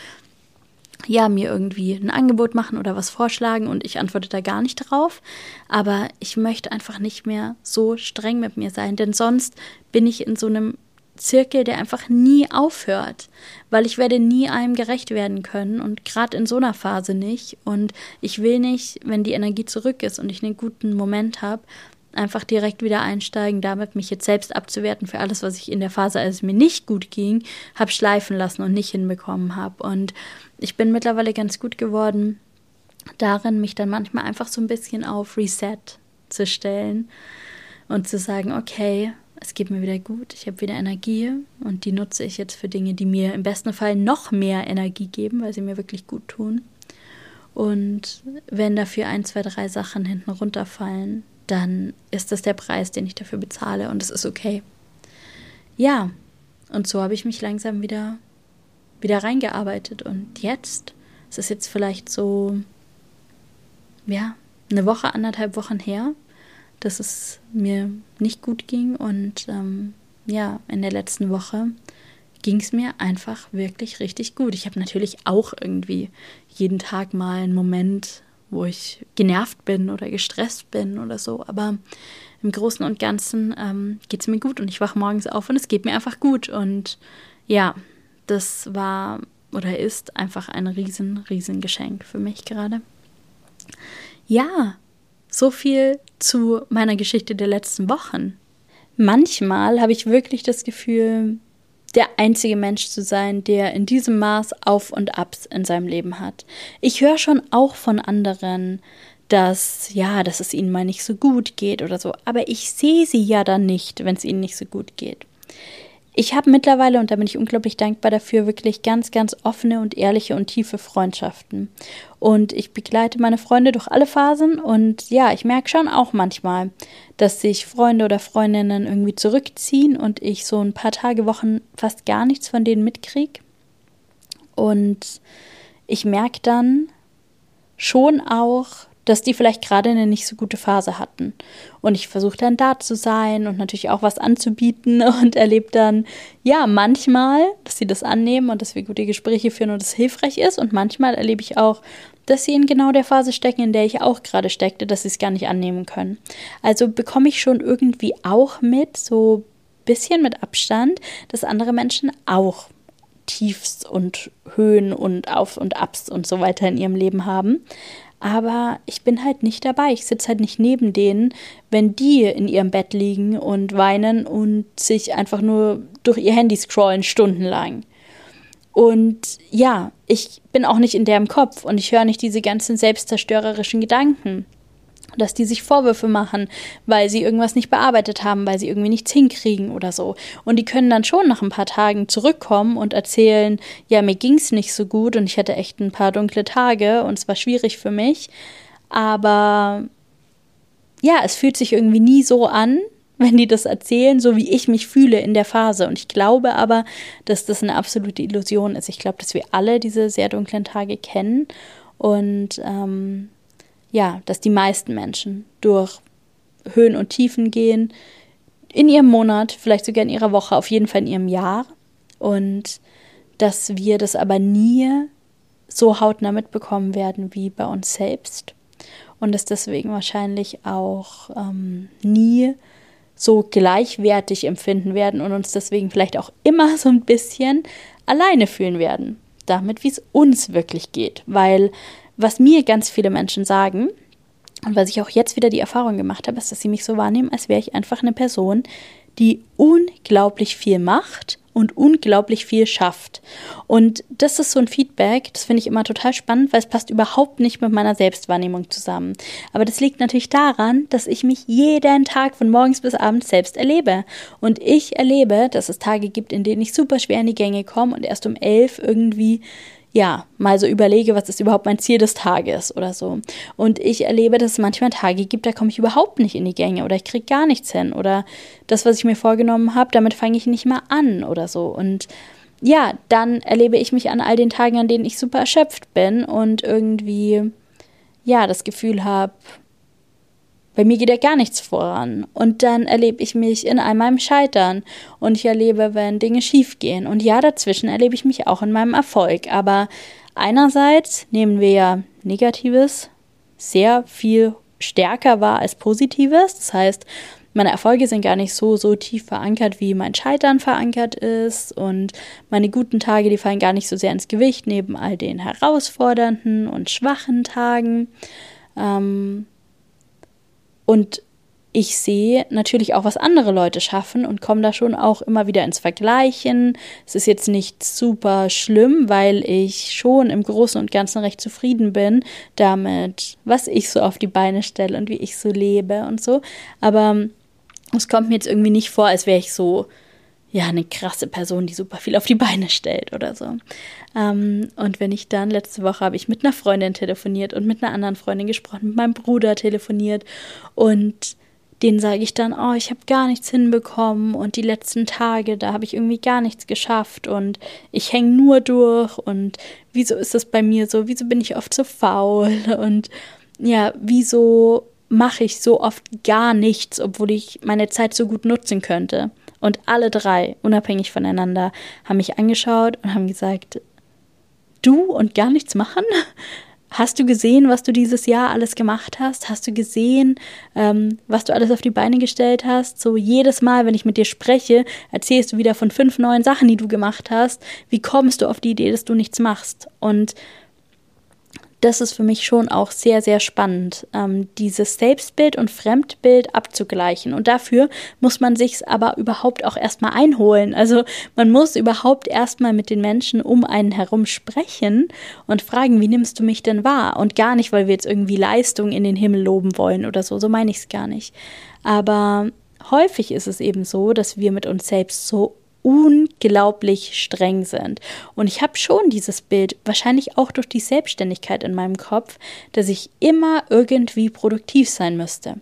ja, mir irgendwie ein Angebot machen oder was vorschlagen und ich antworte da gar nicht drauf. Aber ich möchte einfach nicht mehr so streng mit mir sein, denn sonst bin ich in so einem Zirkel, der einfach nie aufhört, weil ich werde nie einem gerecht werden können und gerade in so einer Phase nicht. Und ich will nicht, wenn die Energie zurück ist und ich einen guten Moment habe, einfach direkt wieder einsteigen, damit mich jetzt selbst abzuwerten für alles, was ich in der Phase, als es mir nicht gut ging, habe schleifen lassen und nicht hinbekommen habe. Und ich bin mittlerweile ganz gut geworden, darin mich dann manchmal einfach so ein bisschen auf Reset zu stellen und zu sagen, okay, es geht mir wieder gut, ich habe wieder Energie und die nutze ich jetzt für Dinge, die mir im besten Fall noch mehr Energie geben, weil sie mir wirklich gut tun. Und wenn dafür 1, 2, 3 Sachen hinten runterfallen, dann ist das der Preis, den ich dafür bezahle und es ist okay. Ja, und so habe ich mich langsam wieder reingearbeitet und jetzt, es ist jetzt vielleicht so, ja, eine Woche, 1,5 Wochen her, dass es mir nicht gut ging und ja, in der letzten Woche ging es mir einfach wirklich richtig gut. Ich habe natürlich auch irgendwie jeden Tag mal einen Moment, wo ich genervt bin oder gestresst bin oder so. Aber im Großen und Ganzen geht es mir gut und ich wache morgens auf und es geht mir einfach gut. Und ja, das war oder ist einfach ein riesen Geschenk für mich gerade. Ja, so viel zu meiner Geschichte der letzten Wochen. Manchmal habe ich wirklich das Gefühl, der einzige Mensch zu sein, der in diesem Maß Auf und Abs in seinem Leben hat. Ich höre schon auch von anderen, dass es ihnen mal nicht so gut geht oder so. Aber ich sehe sie ja dann nicht, wenn es ihnen nicht so gut geht. Ich habe mittlerweile, und da bin ich unglaublich dankbar dafür, wirklich ganz, ganz offene und ehrliche und tiefe Freundschaften. Und ich begleite meine Freunde durch alle Phasen und ja, ich merke schon auch manchmal, dass sich Freunde oder Freundinnen irgendwie zurückziehen und ich so ein paar Tage, Wochen fast gar nichts von denen mitkriege. Und ich merke dann schon auch, dass die vielleicht gerade eine nicht so gute Phase hatten. Und ich versuche dann da zu sein und natürlich auch was anzubieten und erlebe dann, ja, manchmal, dass sie das annehmen und dass wir gute Gespräche führen und es hilfreich ist. Und manchmal erlebe ich auch, dass sie in genau der Phase stecken, in der ich auch gerade steckte, dass sie es gar nicht annehmen können. Also bekomme ich schon irgendwie auch mit, so ein bisschen mit Abstand, dass andere Menschen auch Tiefs und Höhen und Auf und Abs und so weiter in ihrem Leben haben. Aber ich bin halt nicht dabei. Ich sitze halt nicht neben denen, wenn die in ihrem Bett liegen und weinen und sich einfach nur durch ihr Handy scrollen stundenlang. Und ja, ich bin auch nicht in deren Kopf und ich höre nicht diese ganzen selbstzerstörerischen Gedanken, dass die sich Vorwürfe machen, weil sie irgendwas nicht bearbeitet haben, weil sie irgendwie nichts hinkriegen oder so. Und die können dann schon nach ein paar Tagen zurückkommen und erzählen, ja, mir ging's nicht so gut und ich hatte echt ein paar dunkle Tage und es war schwierig für mich. Aber ja, es fühlt sich irgendwie nie so an, wenn die das erzählen, so wie ich mich fühle in der Phase. Und ich glaube aber, dass das eine absolute Illusion ist. Ich glaube, dass wir alle diese sehr dunklen Tage kennen und dass die meisten Menschen durch Höhen und Tiefen gehen, in ihrem Monat, vielleicht sogar in ihrer Woche, auf jeden Fall in ihrem Jahr. Und dass wir das aber nie so hautnah mitbekommen werden wie bei uns selbst. Und dass deswegen wahrscheinlich auch nie so gleichwertig empfinden werden und uns deswegen vielleicht auch immer so ein bisschen alleine fühlen werden. Damit, wie es uns wirklich geht. Weil was mir ganz viele Menschen sagen und was ich auch jetzt wieder die Erfahrung gemacht habe, ist, dass sie mich so wahrnehmen, als wäre ich einfach eine Person, die unglaublich viel macht und unglaublich viel schafft. Und das ist so ein Feedback, das finde ich immer total spannend, weil es passt überhaupt nicht mit meiner Selbstwahrnehmung zusammen. Aber das liegt natürlich daran, dass ich mich jeden Tag von morgens bis abends selbst erlebe. Und ich erlebe, dass es Tage gibt, in denen ich super schwer in die Gänge komme und erst um 11 irgendwie mal so überlege, was ist überhaupt mein Ziel des Tages oder so. Und ich erlebe, dass es manchmal Tage gibt, da komme ich überhaupt nicht in die Gänge oder ich kriege gar nichts hin oder das, was ich mir vorgenommen habe, damit fange ich nicht mal an oder so. Und ja, dann erlebe ich mich an all den Tagen, an denen ich super erschöpft bin und irgendwie, das Gefühl habe, bei mir geht ja gar nichts voran. Und dann erlebe ich mich in all meinem Scheitern. Und ich erlebe, wenn Dinge schief gehen. Und ja, dazwischen erlebe ich mich auch in meinem Erfolg. Aber einerseits nehmen wir ja Negatives sehr viel stärker wahr als Positives. Das heißt, meine Erfolge sind gar nicht so tief verankert, wie mein Scheitern verankert ist. Und meine guten Tage, die fallen gar nicht so sehr ins Gewicht, neben all den herausfordernden und schwachen Tagen. Und ich sehe natürlich auch, was andere Leute schaffen und komme da schon auch immer wieder ins Vergleichen. Es ist jetzt nicht super schlimm, weil ich schon im Großen und Ganzen recht zufrieden bin damit, was ich so auf die Beine stelle und wie ich so lebe und so. Aber es kommt mir jetzt irgendwie nicht vor, als wäre ich so, eine krasse Person, die super viel auf die Beine stellt oder so. Und wenn ich dann, letzte Woche habe ich mit einer Freundin telefoniert und mit einer anderen Freundin gesprochen, mit meinem Bruder telefoniert und denen sage ich dann, ich habe gar nichts hinbekommen und die letzten Tage, da habe ich irgendwie gar nichts geschafft und ich hänge nur durch und wieso ist das bei mir so, wieso bin ich oft so faul und wieso mache ich so oft gar nichts, obwohl ich meine Zeit so gut nutzen könnte. Und alle drei, unabhängig voneinander, haben mich angeschaut und haben gesagt, du und gar nichts machen? Hast du gesehen, was du dieses Jahr alles gemacht hast? Hast du gesehen, was du alles auf die Beine gestellt hast? So jedes Mal, wenn ich mit dir spreche, erzählst du wieder von 5 neuen Sachen, die du gemacht hast. Wie kommst du auf die Idee, dass du nichts machst? Und das ist für mich schon auch sehr, sehr spannend, dieses Selbstbild und Fremdbild abzugleichen. Und dafür muss man sich aber überhaupt auch erstmal einholen. Also man muss überhaupt erstmal mit den Menschen um einen herum sprechen und fragen, wie nimmst du mich denn wahr? Und gar nicht, weil wir jetzt irgendwie Leistung in den Himmel loben wollen oder so. So meine ich es gar nicht. Aber häufig ist es eben so, dass wir mit uns selbst so unglaublich streng sind. Und ich habe schon dieses Bild, wahrscheinlich auch durch die Selbstständigkeit in meinem Kopf, dass ich immer irgendwie produktiv sein müsste.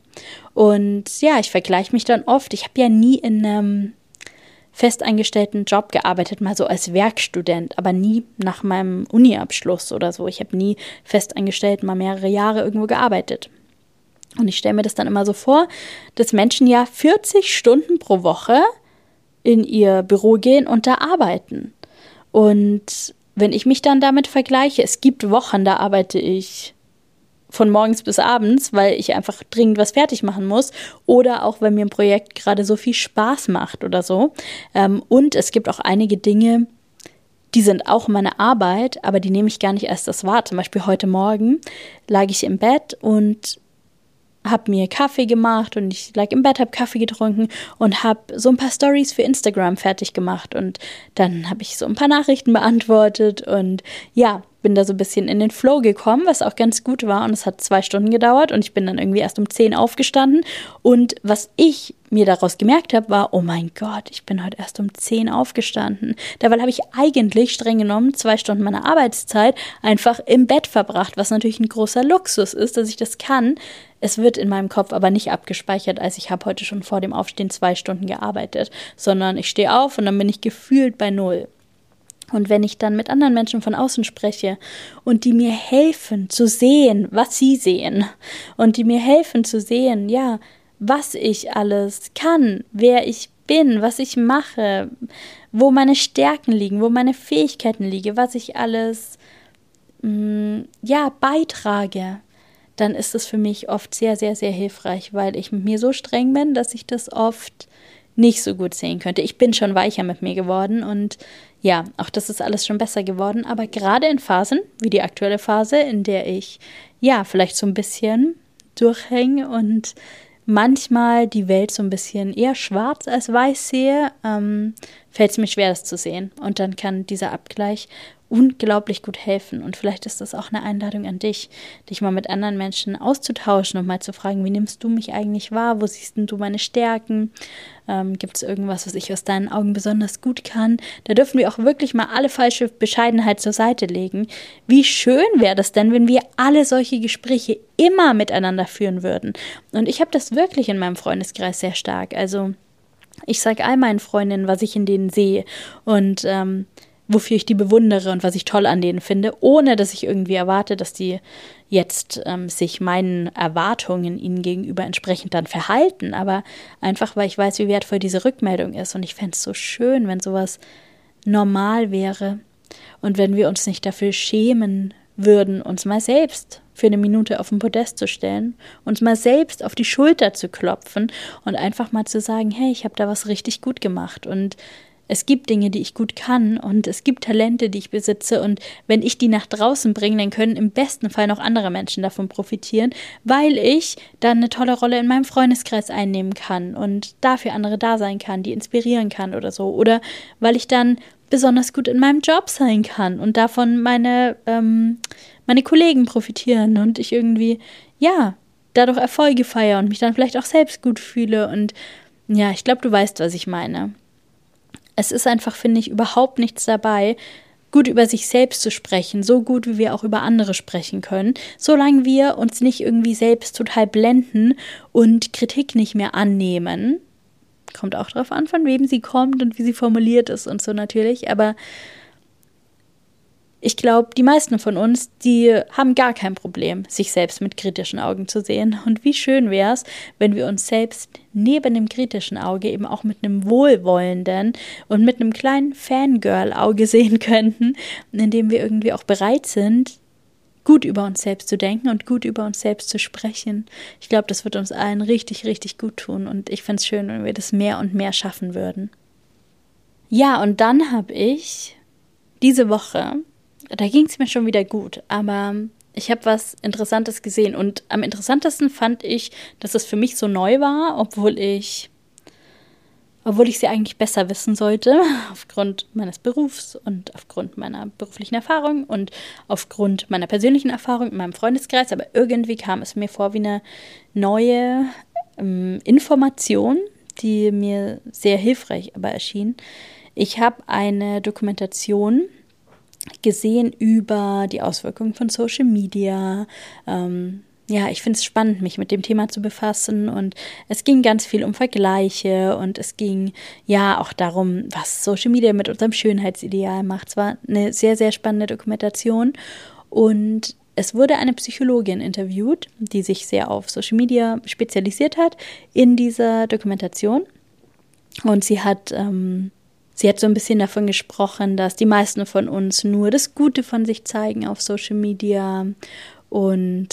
Und ja, ich vergleiche mich dann oft. Ich habe ja nie in einem festangestellten Job gearbeitet, mal so als Werkstudent, aber nie nach meinem Uni-Abschluss oder so. Ich habe nie festangestellt mal mehrere Jahre irgendwo gearbeitet. Und ich stelle mir das dann immer so vor, dass Menschen ja 40 Stunden pro Woche in ihr Büro gehen und da arbeiten. Und wenn ich mich dann damit vergleiche, es gibt Wochen, da arbeite ich von morgens bis abends, weil ich einfach dringend was fertig machen muss oder auch, weil mir ein Projekt gerade so viel Spaß macht oder so. Und es gibt auch einige Dinge, die sind auch meine Arbeit, aber die nehme ich gar nicht als das wahr. Zum Beispiel heute Morgen lag ich im Bett und habe mir Kaffee gemacht und ich lag im Bett, habe Kaffee getrunken und habe so ein paar Stories für Instagram fertig gemacht und dann habe ich so ein paar Nachrichten beantwortet und ja, bin da so ein bisschen in den Flow gekommen, was auch ganz gut war und es hat 2 Stunden gedauert und ich bin dann irgendwie erst um 10 aufgestanden und was ich mir daraus gemerkt habe, war, oh mein Gott, ich bin heute erst um 10 aufgestanden. Dabei habe ich eigentlich streng genommen 2 Stunden meiner Arbeitszeit einfach im Bett verbracht, was natürlich ein großer Luxus ist, dass ich das kann. Es wird in meinem Kopf aber nicht abgespeichert, als ich habe heute schon vor dem Aufstehen 2 Stunden gearbeitet, sondern ich stehe auf und dann bin ich gefühlt bei 0. Und wenn ich dann mit anderen Menschen von außen spreche und die mir helfen zu sehen, was sie sehen und die mir helfen zu sehen, ja, was ich alles kann, wer ich bin, was ich mache, wo meine Stärken liegen, wo meine Fähigkeiten liegen, was ich alles beitrage, dann ist es für mich oft sehr, sehr, sehr hilfreich, weil ich mit mir so streng bin, dass ich das oft nicht so gut sehen könnte. Ich bin schon weicher mit mir geworden und ja, auch das ist alles schon besser geworden, aber gerade in Phasen, wie die aktuelle Phase, in der ich ja vielleicht so ein bisschen durchhänge und manchmal die Welt so ein bisschen eher schwarz als weiß sehe, fällt es mir schwer, das zu sehen. Und dann kann dieser Abgleich unglaublich gut helfen. Und vielleicht ist das auch eine Einladung an dich, dich mal mit anderen Menschen auszutauschen und mal zu fragen, wie nimmst du mich eigentlich wahr? Wo siehst denn du meine Stärken? Gibt es irgendwas, was ich aus deinen Augen besonders gut kann? Da dürfen wir auch wirklich mal alle falsche Bescheidenheit zur Seite legen. Wie schön wäre das denn, wenn wir alle solche Gespräche immer miteinander führen würden? Und ich habe das wirklich in meinem Freundeskreis sehr stark. Also ich sage all meinen Freundinnen, was ich in denen sehe und wofür ich die bewundere und was ich toll an denen finde, ohne dass ich irgendwie erwarte, dass die jetzt sich meinen Erwartungen ihnen gegenüber entsprechend dann verhalten, aber einfach, weil ich weiß, wie wertvoll diese Rückmeldung ist und ich fände es so schön, wenn sowas normal wäre und wenn wir uns nicht dafür schämen würden, uns mal selbst für eine Minute auf den Podest zu stellen, uns mal selbst auf die Schulter zu klopfen und einfach mal zu sagen, hey, ich habe da was richtig gut gemacht und es gibt Dinge, die ich gut kann und es gibt Talente, die ich besitze und wenn ich die nach draußen bringe, dann können im besten Fall noch andere Menschen davon profitieren, weil ich dann eine tolle Rolle in meinem Freundeskreis einnehmen kann und dafür andere da sein kann, die inspirieren kann oder so. Oder weil ich dann besonders gut in meinem Job sein kann und davon meine Kollegen profitieren und ich irgendwie, ja, dadurch Erfolge feiere und mich dann vielleicht auch selbst gut fühle und ja, ich glaube, du weißt, was ich meine. Es ist einfach, finde ich, überhaupt nichts dabei, gut über sich selbst zu sprechen, so gut, wie wir auch über andere sprechen können, solange wir uns nicht irgendwie selbst total blenden und Kritik nicht mehr annehmen. Kommt auch drauf an, von wem sie kommt und wie sie formuliert ist und so natürlich, aber ich glaube, die meisten von uns, die haben gar kein Problem, sich selbst mit kritischen Augen zu sehen. Und wie schön wäre es, wenn wir uns selbst neben dem kritischen Auge eben auch mit einem wohlwollenden und mit einem kleinen Fangirl-Auge sehen könnten, indem wir irgendwie auch bereit sind, gut über uns selbst zu denken und gut über uns selbst zu sprechen. Ich glaube, das wird uns allen richtig, richtig gut tun. Und ich fände es schön, wenn wir das mehr und mehr schaffen würden. Ja, und dann habe ich diese Woche, da ging es mir schon wieder gut, aber ich habe was Interessantes gesehen. Und am interessantesten fand ich, dass es für mich so neu war, obwohl ich sie eigentlich besser wissen sollte, aufgrund meines Berufs und aufgrund meiner beruflichen Erfahrung und aufgrund meiner persönlichen Erfahrung in meinem Freundeskreis. Aber irgendwie kam es mir vor wie eine neue Information, die mir sehr hilfreich aber erschien. Ich habe eine Dokumentation gesehen über die Auswirkungen von Social Media. Ich finde es spannend, mich mit dem Thema zu befassen, und es ging ganz viel um Vergleiche und es ging ja auch darum, was Social Media mit unserem Schönheitsideal macht. Es war eine sehr, sehr spannende Dokumentation, und es wurde eine Psychologin interviewt, die sich sehr auf Social Media spezialisiert hat in dieser Dokumentation, und sie hat so ein bisschen davon gesprochen, dass die meisten von uns nur das Gute von sich zeigen auf Social Media und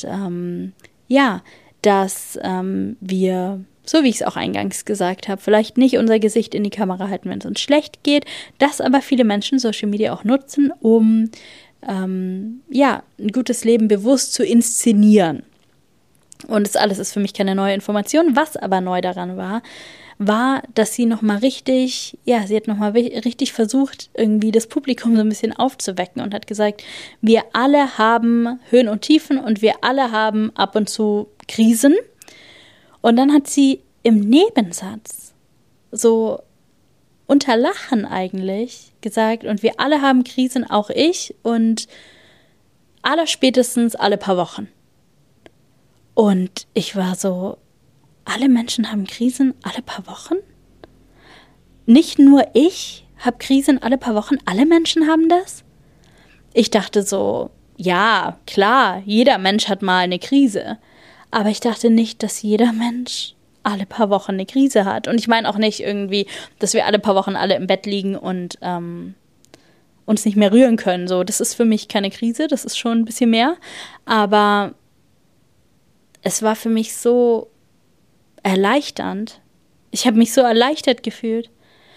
dass wir, so wie ich es auch eingangs gesagt habe, vielleicht nicht unser Gesicht in die Kamera halten, wenn es uns schlecht geht, dass aber viele Menschen Social Media auch nutzen, um ein gutes Leben bewusst zu inszenieren. Und das alles ist für mich keine neue Information. Was aber neu daran war, dass sie nochmal richtig versucht, irgendwie das Publikum so ein bisschen aufzuwecken und hat gesagt, wir alle haben Höhen und Tiefen und wir alle haben ab und zu Krisen. Und dann hat sie im Nebensatz so unter Lachen eigentlich gesagt, und wir alle haben Krisen, auch ich, und allerspätestens alle paar Wochen. Und ich war so, alle Menschen haben Krisen alle paar Wochen? Nicht nur ich habe Krisen alle paar Wochen, alle Menschen haben das? Ich dachte so, ja, klar, jeder Mensch hat mal eine Krise. Aber ich dachte nicht, dass jeder Mensch alle paar Wochen eine Krise hat. Und ich meine auch nicht irgendwie, dass wir alle paar Wochen alle im Bett liegen und uns nicht mehr rühren können. So, das ist für mich keine Krise, das ist schon ein bisschen mehr. Aber es war für mich so erleichternd. Ich habe mich so erleichtert gefühlt,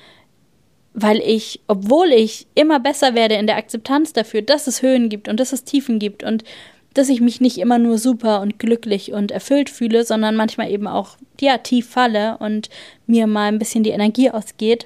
weil obwohl ich immer besser werde in der Akzeptanz dafür, dass es Höhen gibt und dass es Tiefen gibt und dass ich mich nicht immer nur super und glücklich und erfüllt fühle, sondern manchmal eben auch tief falle und mir mal ein bisschen die Energie ausgeht.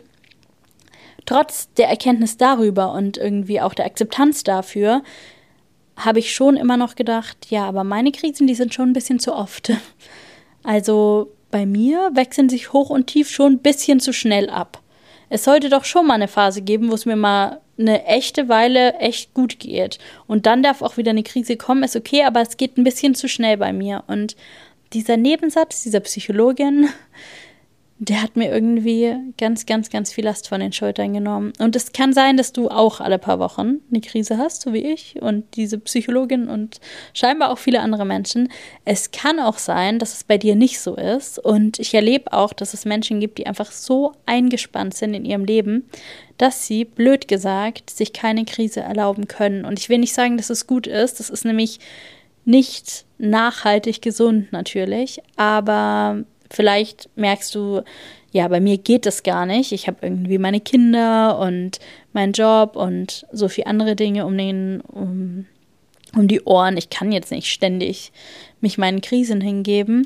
Trotz der Erkenntnis darüber und irgendwie auch der Akzeptanz dafür, habe ich schon immer noch gedacht, ja, aber meine Krisen, die sind schon ein bisschen zu oft. Also bei mir wechseln sich Hoch und Tief schon ein bisschen zu schnell ab. Es sollte doch schon mal eine Phase geben, wo es mir mal eine echte Weile echt gut geht. Und dann darf auch wieder eine Krise kommen, ist okay, aber es geht ein bisschen zu schnell bei mir. Und dieser Nebensatz dieser Psychologin, der hat mir irgendwie ganz, ganz, ganz viel Last von den Schultern genommen. Und es kann sein, dass du auch alle paar Wochen eine Krise hast, so wie ich und diese Psychologin und scheinbar auch viele andere Menschen. Es kann auch sein, dass es bei dir nicht so ist. Und ich erlebe auch, dass es Menschen gibt, die einfach so eingespannt sind in ihrem Leben, dass sie, blöd gesagt, sich keine Krise erlauben können. Und ich will nicht sagen, dass es gut ist. Das ist nämlich nicht nachhaltig gesund natürlich, aber vielleicht merkst du, ja, bei mir geht das gar nicht. Ich habe irgendwie meine Kinder und meinen Job und so viele andere Dinge um die Ohren. Ich kann jetzt nicht ständig mich meinen Krisen hingeben.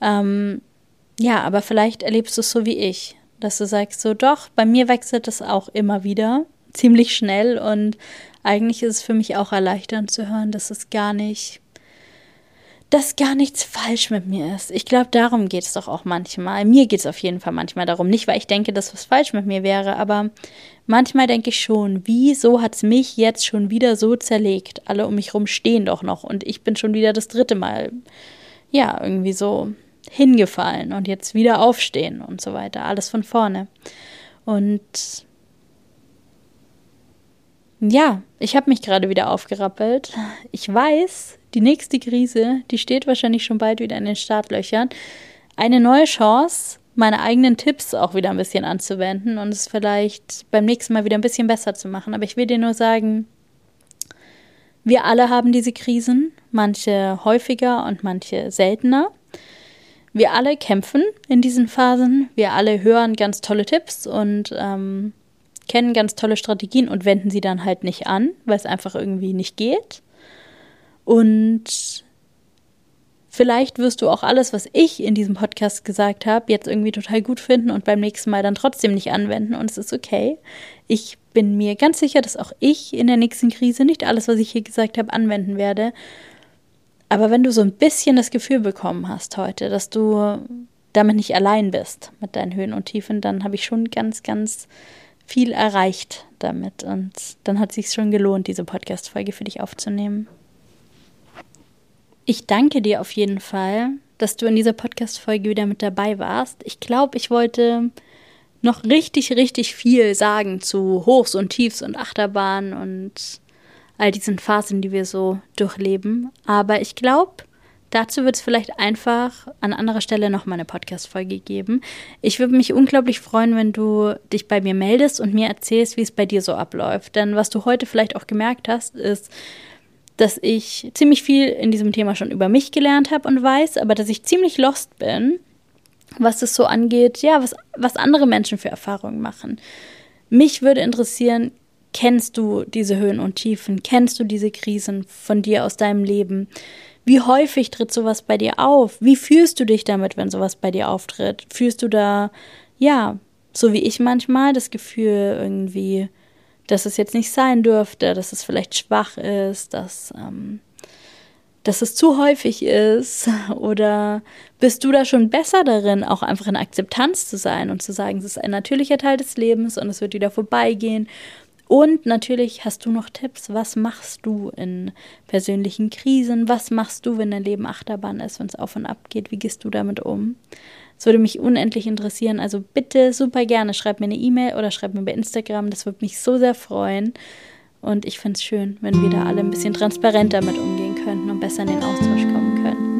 Aber vielleicht erlebst du es so wie ich, dass du sagst so, doch, bei mir wechselt es auch immer wieder, ziemlich schnell, und eigentlich ist es für mich auch erleichternd zu hören, dass gar nichts falsch mit mir ist. Ich glaube, darum geht es doch auch manchmal. Mir geht es auf jeden Fall manchmal darum. Nicht, weil ich denke, dass was falsch mit mir wäre, aber manchmal denke ich schon, wieso hat es mich jetzt schon wieder so zerlegt? Alle um mich rum stehen doch noch und ich bin schon wieder das 3. Mal, irgendwie so hingefallen und jetzt wieder aufstehen und so weiter. Alles von vorne. Und ja, ich habe mich gerade wieder aufgerappelt. Ich weiß, die nächste Krise, die steht wahrscheinlich schon bald wieder in den Startlöchern. Eine neue Chance, meine eigenen Tipps auch wieder ein bisschen anzuwenden und es vielleicht beim nächsten Mal wieder ein bisschen besser zu machen. Aber ich will dir nur sagen, wir alle haben diese Krisen, manche häufiger und manche seltener. Wir alle kämpfen in diesen Phasen. Wir alle hören ganz tolle Tipps und kennen ganz tolle Strategien und wenden sie dann halt nicht an, weil es einfach irgendwie nicht geht. Und vielleicht wirst du auch alles, was ich in diesem Podcast gesagt habe, jetzt irgendwie total gut finden und beim nächsten Mal dann trotzdem nicht anwenden. Und es ist okay. Ich bin mir ganz sicher, dass auch ich in der nächsten Krise nicht alles, was ich hier gesagt habe, anwenden werde. Aber wenn du so ein bisschen das Gefühl bekommen hast heute, dass du damit nicht allein bist mit deinen Höhen und Tiefen, dann habe ich schon ganz, ganz viel erreicht damit. Und dann hat es sich schon gelohnt, diese Podcast-Folge für dich aufzunehmen. Ich danke dir auf jeden Fall, dass du in dieser Podcast-Folge wieder mit dabei warst. Ich glaube, ich wollte noch richtig, richtig viel sagen zu Hochs und Tiefs und Achterbahn und all diesen Phasen, die wir so durchleben. Aber ich glaube, dazu wird es vielleicht einfach an anderer Stelle nochmal eine Podcast-Folge geben. Ich würde mich unglaublich freuen, wenn du dich bei mir meldest und mir erzählst, wie es bei dir so abläuft. Denn was du heute vielleicht auch gemerkt hast, ist, dass ich ziemlich viel in diesem Thema schon über mich gelernt habe und weiß, aber dass ich ziemlich lost bin, was es so angeht, ja, was andere Menschen für Erfahrungen machen. Mich würde interessieren, kennst du diese Höhen und Tiefen? Kennst du diese Krisen von dir aus deinem Leben? Wie häufig tritt sowas bei dir auf? Wie fühlst du dich damit, wenn sowas bei dir auftritt? Fühlst du da, ja, so wie ich manchmal, das Gefühl irgendwie, dass es jetzt nicht sein dürfte, dass es vielleicht schwach ist, dass es zu häufig ist? Oder bist du da schon besser darin, auch einfach in Akzeptanz zu sein und zu sagen, es ist ein natürlicher Teil des Lebens und es wird wieder vorbeigehen? Und natürlich hast du noch Tipps, was machst du in persönlichen Krisen? Was machst du, wenn dein Leben Achterbahn ist, wenn es auf und ab geht? Wie gehst du damit um? Das würde mich unendlich interessieren, also bitte super gerne, schreib mir eine E-Mail oder schreib mir bei Instagram, das würde mich so sehr freuen und ich finde es schön, wenn wir da alle ein bisschen transparenter damit umgehen könnten und besser in den Austausch kommen könnten.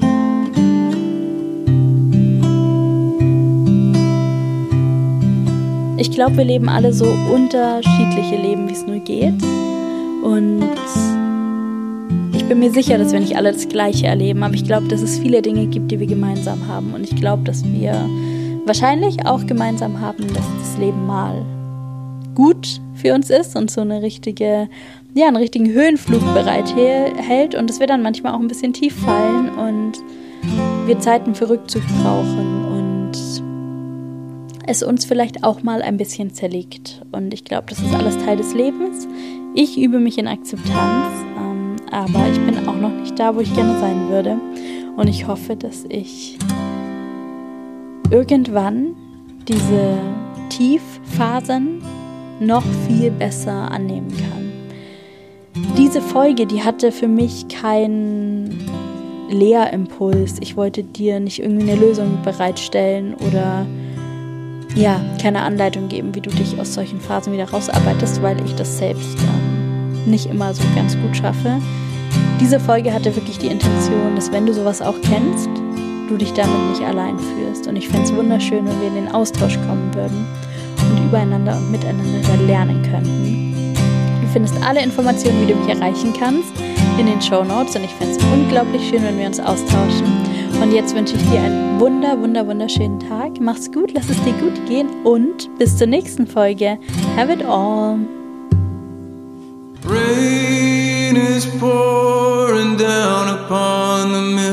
Ich glaube, wir leben alle so unterschiedliche Leben, wie es nur geht und ich bin mir sicher, dass wir nicht alle das Gleiche erleben, aber ich glaube, dass es viele Dinge gibt, die wir gemeinsam haben. Und ich glaube, dass wir wahrscheinlich auch gemeinsam haben, dass das Leben mal gut für uns ist und so einen richtigen Höhenflug bereithält und dass wir dann manchmal auch ein bisschen tief fallen und wir Zeiten für Rückzug brauchen und es uns vielleicht auch mal ein bisschen zerlegt. Und ich glaube, das ist alles Teil des Lebens. Ich übe mich in Akzeptanz, aber ich bin auch noch nicht da, wo ich gerne sein würde. Und ich hoffe, dass ich irgendwann diese Tiefphasen noch viel besser annehmen kann. Diese Folge, die hatte für mich keinen Lehrimpuls. Ich wollte dir nicht irgendwie eine Lösung bereitstellen oder keine Anleitung geben, wie du dich aus solchen Phasen wieder rausarbeitest, weil ich das selbst nicht immer so ganz gut schaffe. Diese Folge hatte wirklich die Intention, dass wenn du sowas auch kennst, du dich damit nicht allein fühlst. Und ich fände es wunderschön, wenn wir in den Austausch kommen würden und übereinander und miteinander lernen könnten. Du findest alle Informationen, wie du mich erreichen kannst, in den Shownotes und ich fände es unglaublich schön, wenn wir uns austauschen. Und jetzt wünsche ich dir einen wunderschönen Tag. Mach's gut, lass es dir gut gehen und bis zur nächsten Folge. Have it all. Rain is pouring down upon the